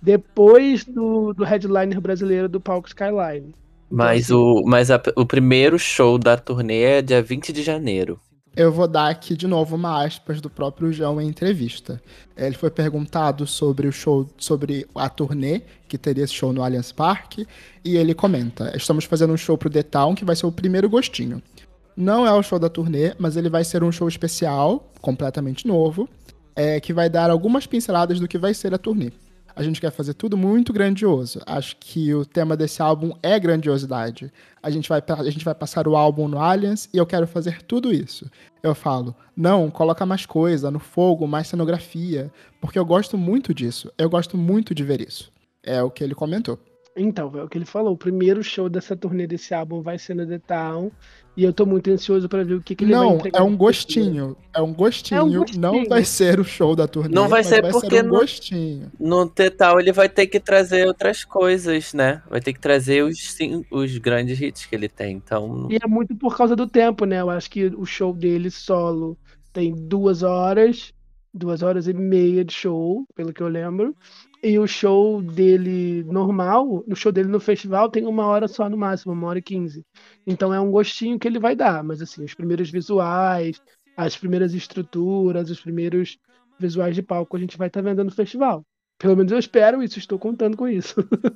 depois do, do headliner brasileiro do palco Skyline. Então, Mas, assim, o, mas a- o primeiro show da turnê é dia vinte de janeiro. Eu vou dar aqui de novo uma aspas do próprio João em entrevista. Ele foi perguntado sobre o show, sobre a turnê, que teria esse show no Allianz Parque, e ele comenta: estamos fazendo um show pro The Town, que vai ser o primeiro gostinho. Não é o show da turnê, mas ele vai ser um show especial, completamente novo, é, que vai dar algumas pinceladas do que vai ser a turnê. A gente quer fazer tudo muito grandioso. Acho que o tema desse álbum é grandiosidade. A gente vai, a gente vai passar o álbum no Allianz e eu quero fazer tudo isso. Eu falo, não, coloca mais coisa, no fogo, mais cenografia, porque eu gosto muito disso. Eu gosto muito de ver isso. É o que ele comentou. Então, é o que ele falou. O primeiro show dessa turnê desse álbum vai ser no The Town. E eu tô muito ansioso pra ver o que, que ele vai Não, entregar. é um de gostinho. É um gostinho. É um gostinho. Não vai ser o show da turnê, Não vai mas ser vai porque ser um não- gostinho. No Tetal ele vai ter que trazer outras coisas, né? Vai ter que trazer os, sim, os grandes hits que ele tem. Então, E é muito por causa do tempo, né? Eu acho que o show dele solo tem duas horas, duas horas e meia de show, pelo que eu lembro. E o show dele normal, o show dele no festival tem uma hora só no máximo, uma hora e quinze. Então é um gostinho que ele vai dar. Mas assim, os primeiros visuais, as primeiras estruturas, os primeiros visuais de palco a gente vai estar vendo no festival. Pelo menos eu espero isso, estou contando com isso.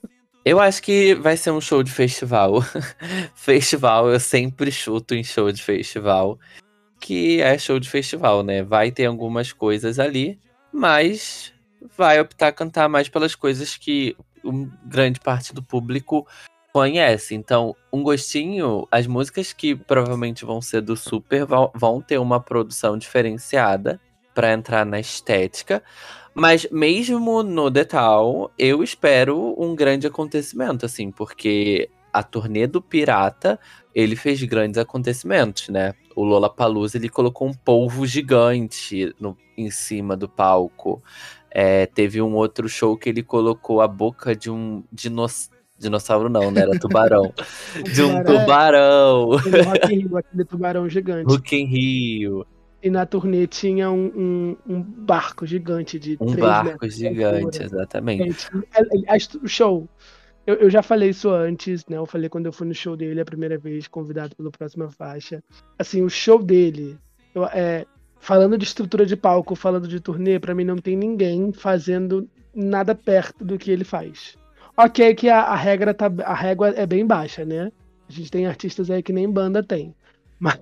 eu acho que vai ser um show de festival. Festival, eu sempre chuto em show de festival. Que é show de festival, né? Vai ter algumas coisas ali, mas vai optar a cantar mais pelas coisas que um, grande parte do público conhece. Então, um gostinho, as músicas que provavelmente vão ser do Super vão, vão ter uma produção diferenciada para entrar na estética. Mas mesmo no The Town, eu espero um grande acontecimento, assim, porque a turnê do Pirata, ele fez grandes acontecimentos, né? O Lollapalooza, ele colocou um polvo gigante no, em cima do palco. É, teve um outro show que ele colocou a boca de um dinos... dinossauro, não, né? Era tubarão. De um tubarão. No Rock in Rio, aquele tubarão gigante. Rock in Rio. E na turnê tinha um, um, um barco gigante de Um três barco metros de gigante, altura. exatamente. Gente, a- a- o show, eu, eu já falei isso antes, né? Eu falei quando eu fui no show dele a primeira vez, convidado pelo Próxima Faixa. Assim, o show dele, eu, é, falando de estrutura de palco, falando de turnê, pra mim não tem ninguém fazendo nada perto do que ele faz. Ok, que a, a regra tá, a régua é bem baixa, né? A gente tem artistas aí que nem banda tem. Mas,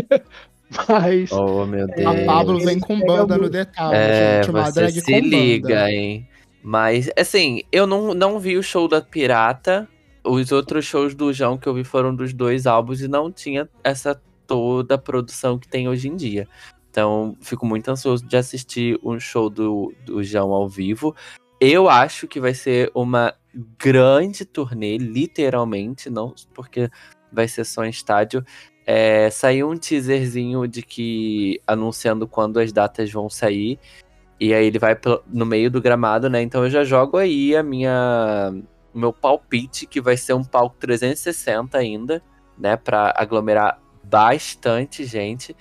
mas Oh, meu Deus. A Pablo vem ele com pega banda no muito. detalhe, É, gente. Uma você drag se com liga, banda. hein? Mas, assim, eu não, não vi o show da Pirata. Os outros shows do João que eu vi foram dos dois álbuns e não tinha essa toda a produção que tem hoje em dia. Então, fico muito ansioso de assistir um show do, do João ao vivo. Eu acho que vai ser uma grande turnê, literalmente, não porque vai ser só em estádio. É, saiu um teaserzinho de que anunciando quando as datas vão sair. E aí ele vai pelo- no meio do gramado, né? Então eu já jogo aí a minha o meu palpite, que vai ser um palco trezentos e sessenta ainda, né? Pra aglomerar bastante gente.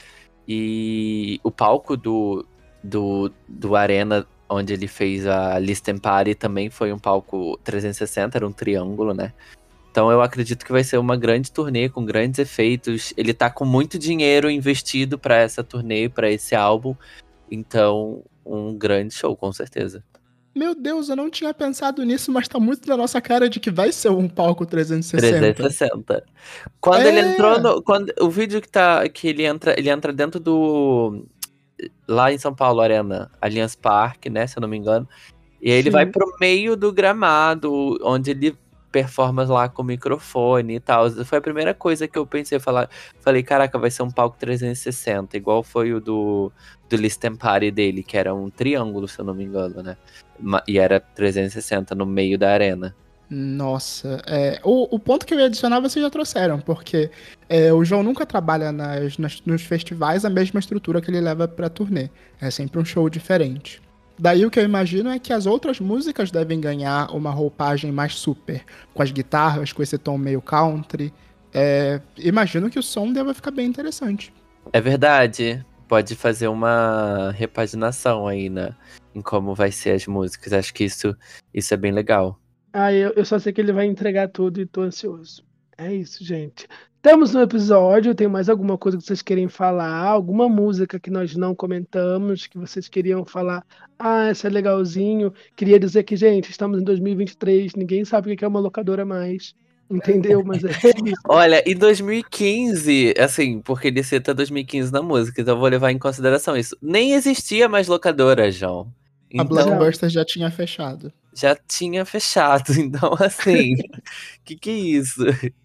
E o palco do, do, do Arena, onde ele fez a Listen Party, também foi um palco trezentos e sessenta, era um triângulo, né? Então eu acredito que vai ser uma grande turnê com grandes efeitos. Ele tá com muito dinheiro investido pra essa turnê, pra esse álbum. Então, um grande show, com certeza. Meu Deus, eu não tinha pensado nisso, mas tá muito na nossa cara de que vai ser um palco trezentos e sessenta. trezentos e sessenta. Quando É. ele entrou no... Quando, o vídeo que tá... Que ele entra, ele entra dentro do... Lá em São Paulo, Arena. Allianz Parque, né? Se eu não me engano. E aí ele Sim. vai pro meio do gramado, onde ele performa lá com o microfone e tal. Foi a primeira coisa que eu pensei. Falar, falei, caraca, vai ser um palco trezentos e sessenta. Igual foi o do, do Listen Party dele, que era um triângulo, se eu não me engano, né? E era trezentos e sessenta no meio da arena. Nossa, é, o, o ponto que eu ia adicionar vocês já trouxeram, porque é, o João nunca trabalha nas, nas- nos festivais a mesma estrutura que ele leva pra turnê. É sempre um show diferente. Daí o que eu imagino é que as outras músicas devem ganhar uma roupagem mais super, com as guitarras, com esse tom meio country. É, imagino que o som deva ficar bem interessante. É verdade. Pode fazer uma repaginação aí na, em como vai ser as músicas. Acho que isso, isso é bem legal. Ah, eu, eu só sei que ele vai entregar tudo e tô ansioso. É isso, gente. Estamos no episódio. Tem mais alguma coisa que vocês querem falar? Alguma música que nós não comentamos, que vocês queriam falar? Ah, essa é legalzinho. Queria dizer que, gente, estamos em dois mil e vinte e três. Ninguém sabe o que é uma locadora mais. Entendeu? Mas é isso. Olha, em dois mil e quinze, assim, porque ele cita dois mil e quinze na música, então eu vou levar em consideração isso. Nem existia mais locadora, João. A Então, Blockbuster já tinha fechado. já tinha fechado. Então, assim, que que é isso?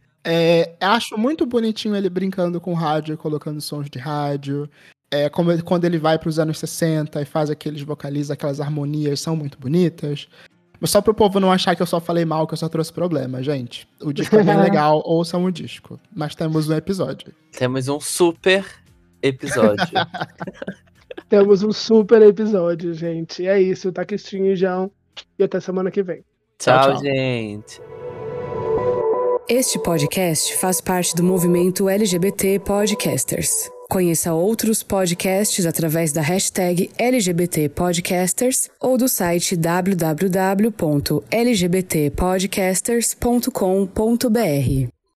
É, acho muito bonitinho ele brincando com rádio, colocando sons de rádio. É, como ele- quando ele vai para os anos sessenta e faz aqueles vocaliza, aquelas harmonias, são muito bonitas. Mas só pro povo não achar que eu só falei mal, que eu só trouxe problema, gente. O disco é bem legal, ouçam o disco. Mas temos um episódio. Temos um super episódio. Temos um super episódio, gente. É isso. Tá Cristinho e João. E até semana que vem. Tchau, Tchau, tchau. gente. Este podcast faz parte do movimento L G B T Podcasters. Conheça outros podcasts através da hashtag L G B T Podcasters ou do site w w w ponto l g b t podcasters ponto com ponto b r.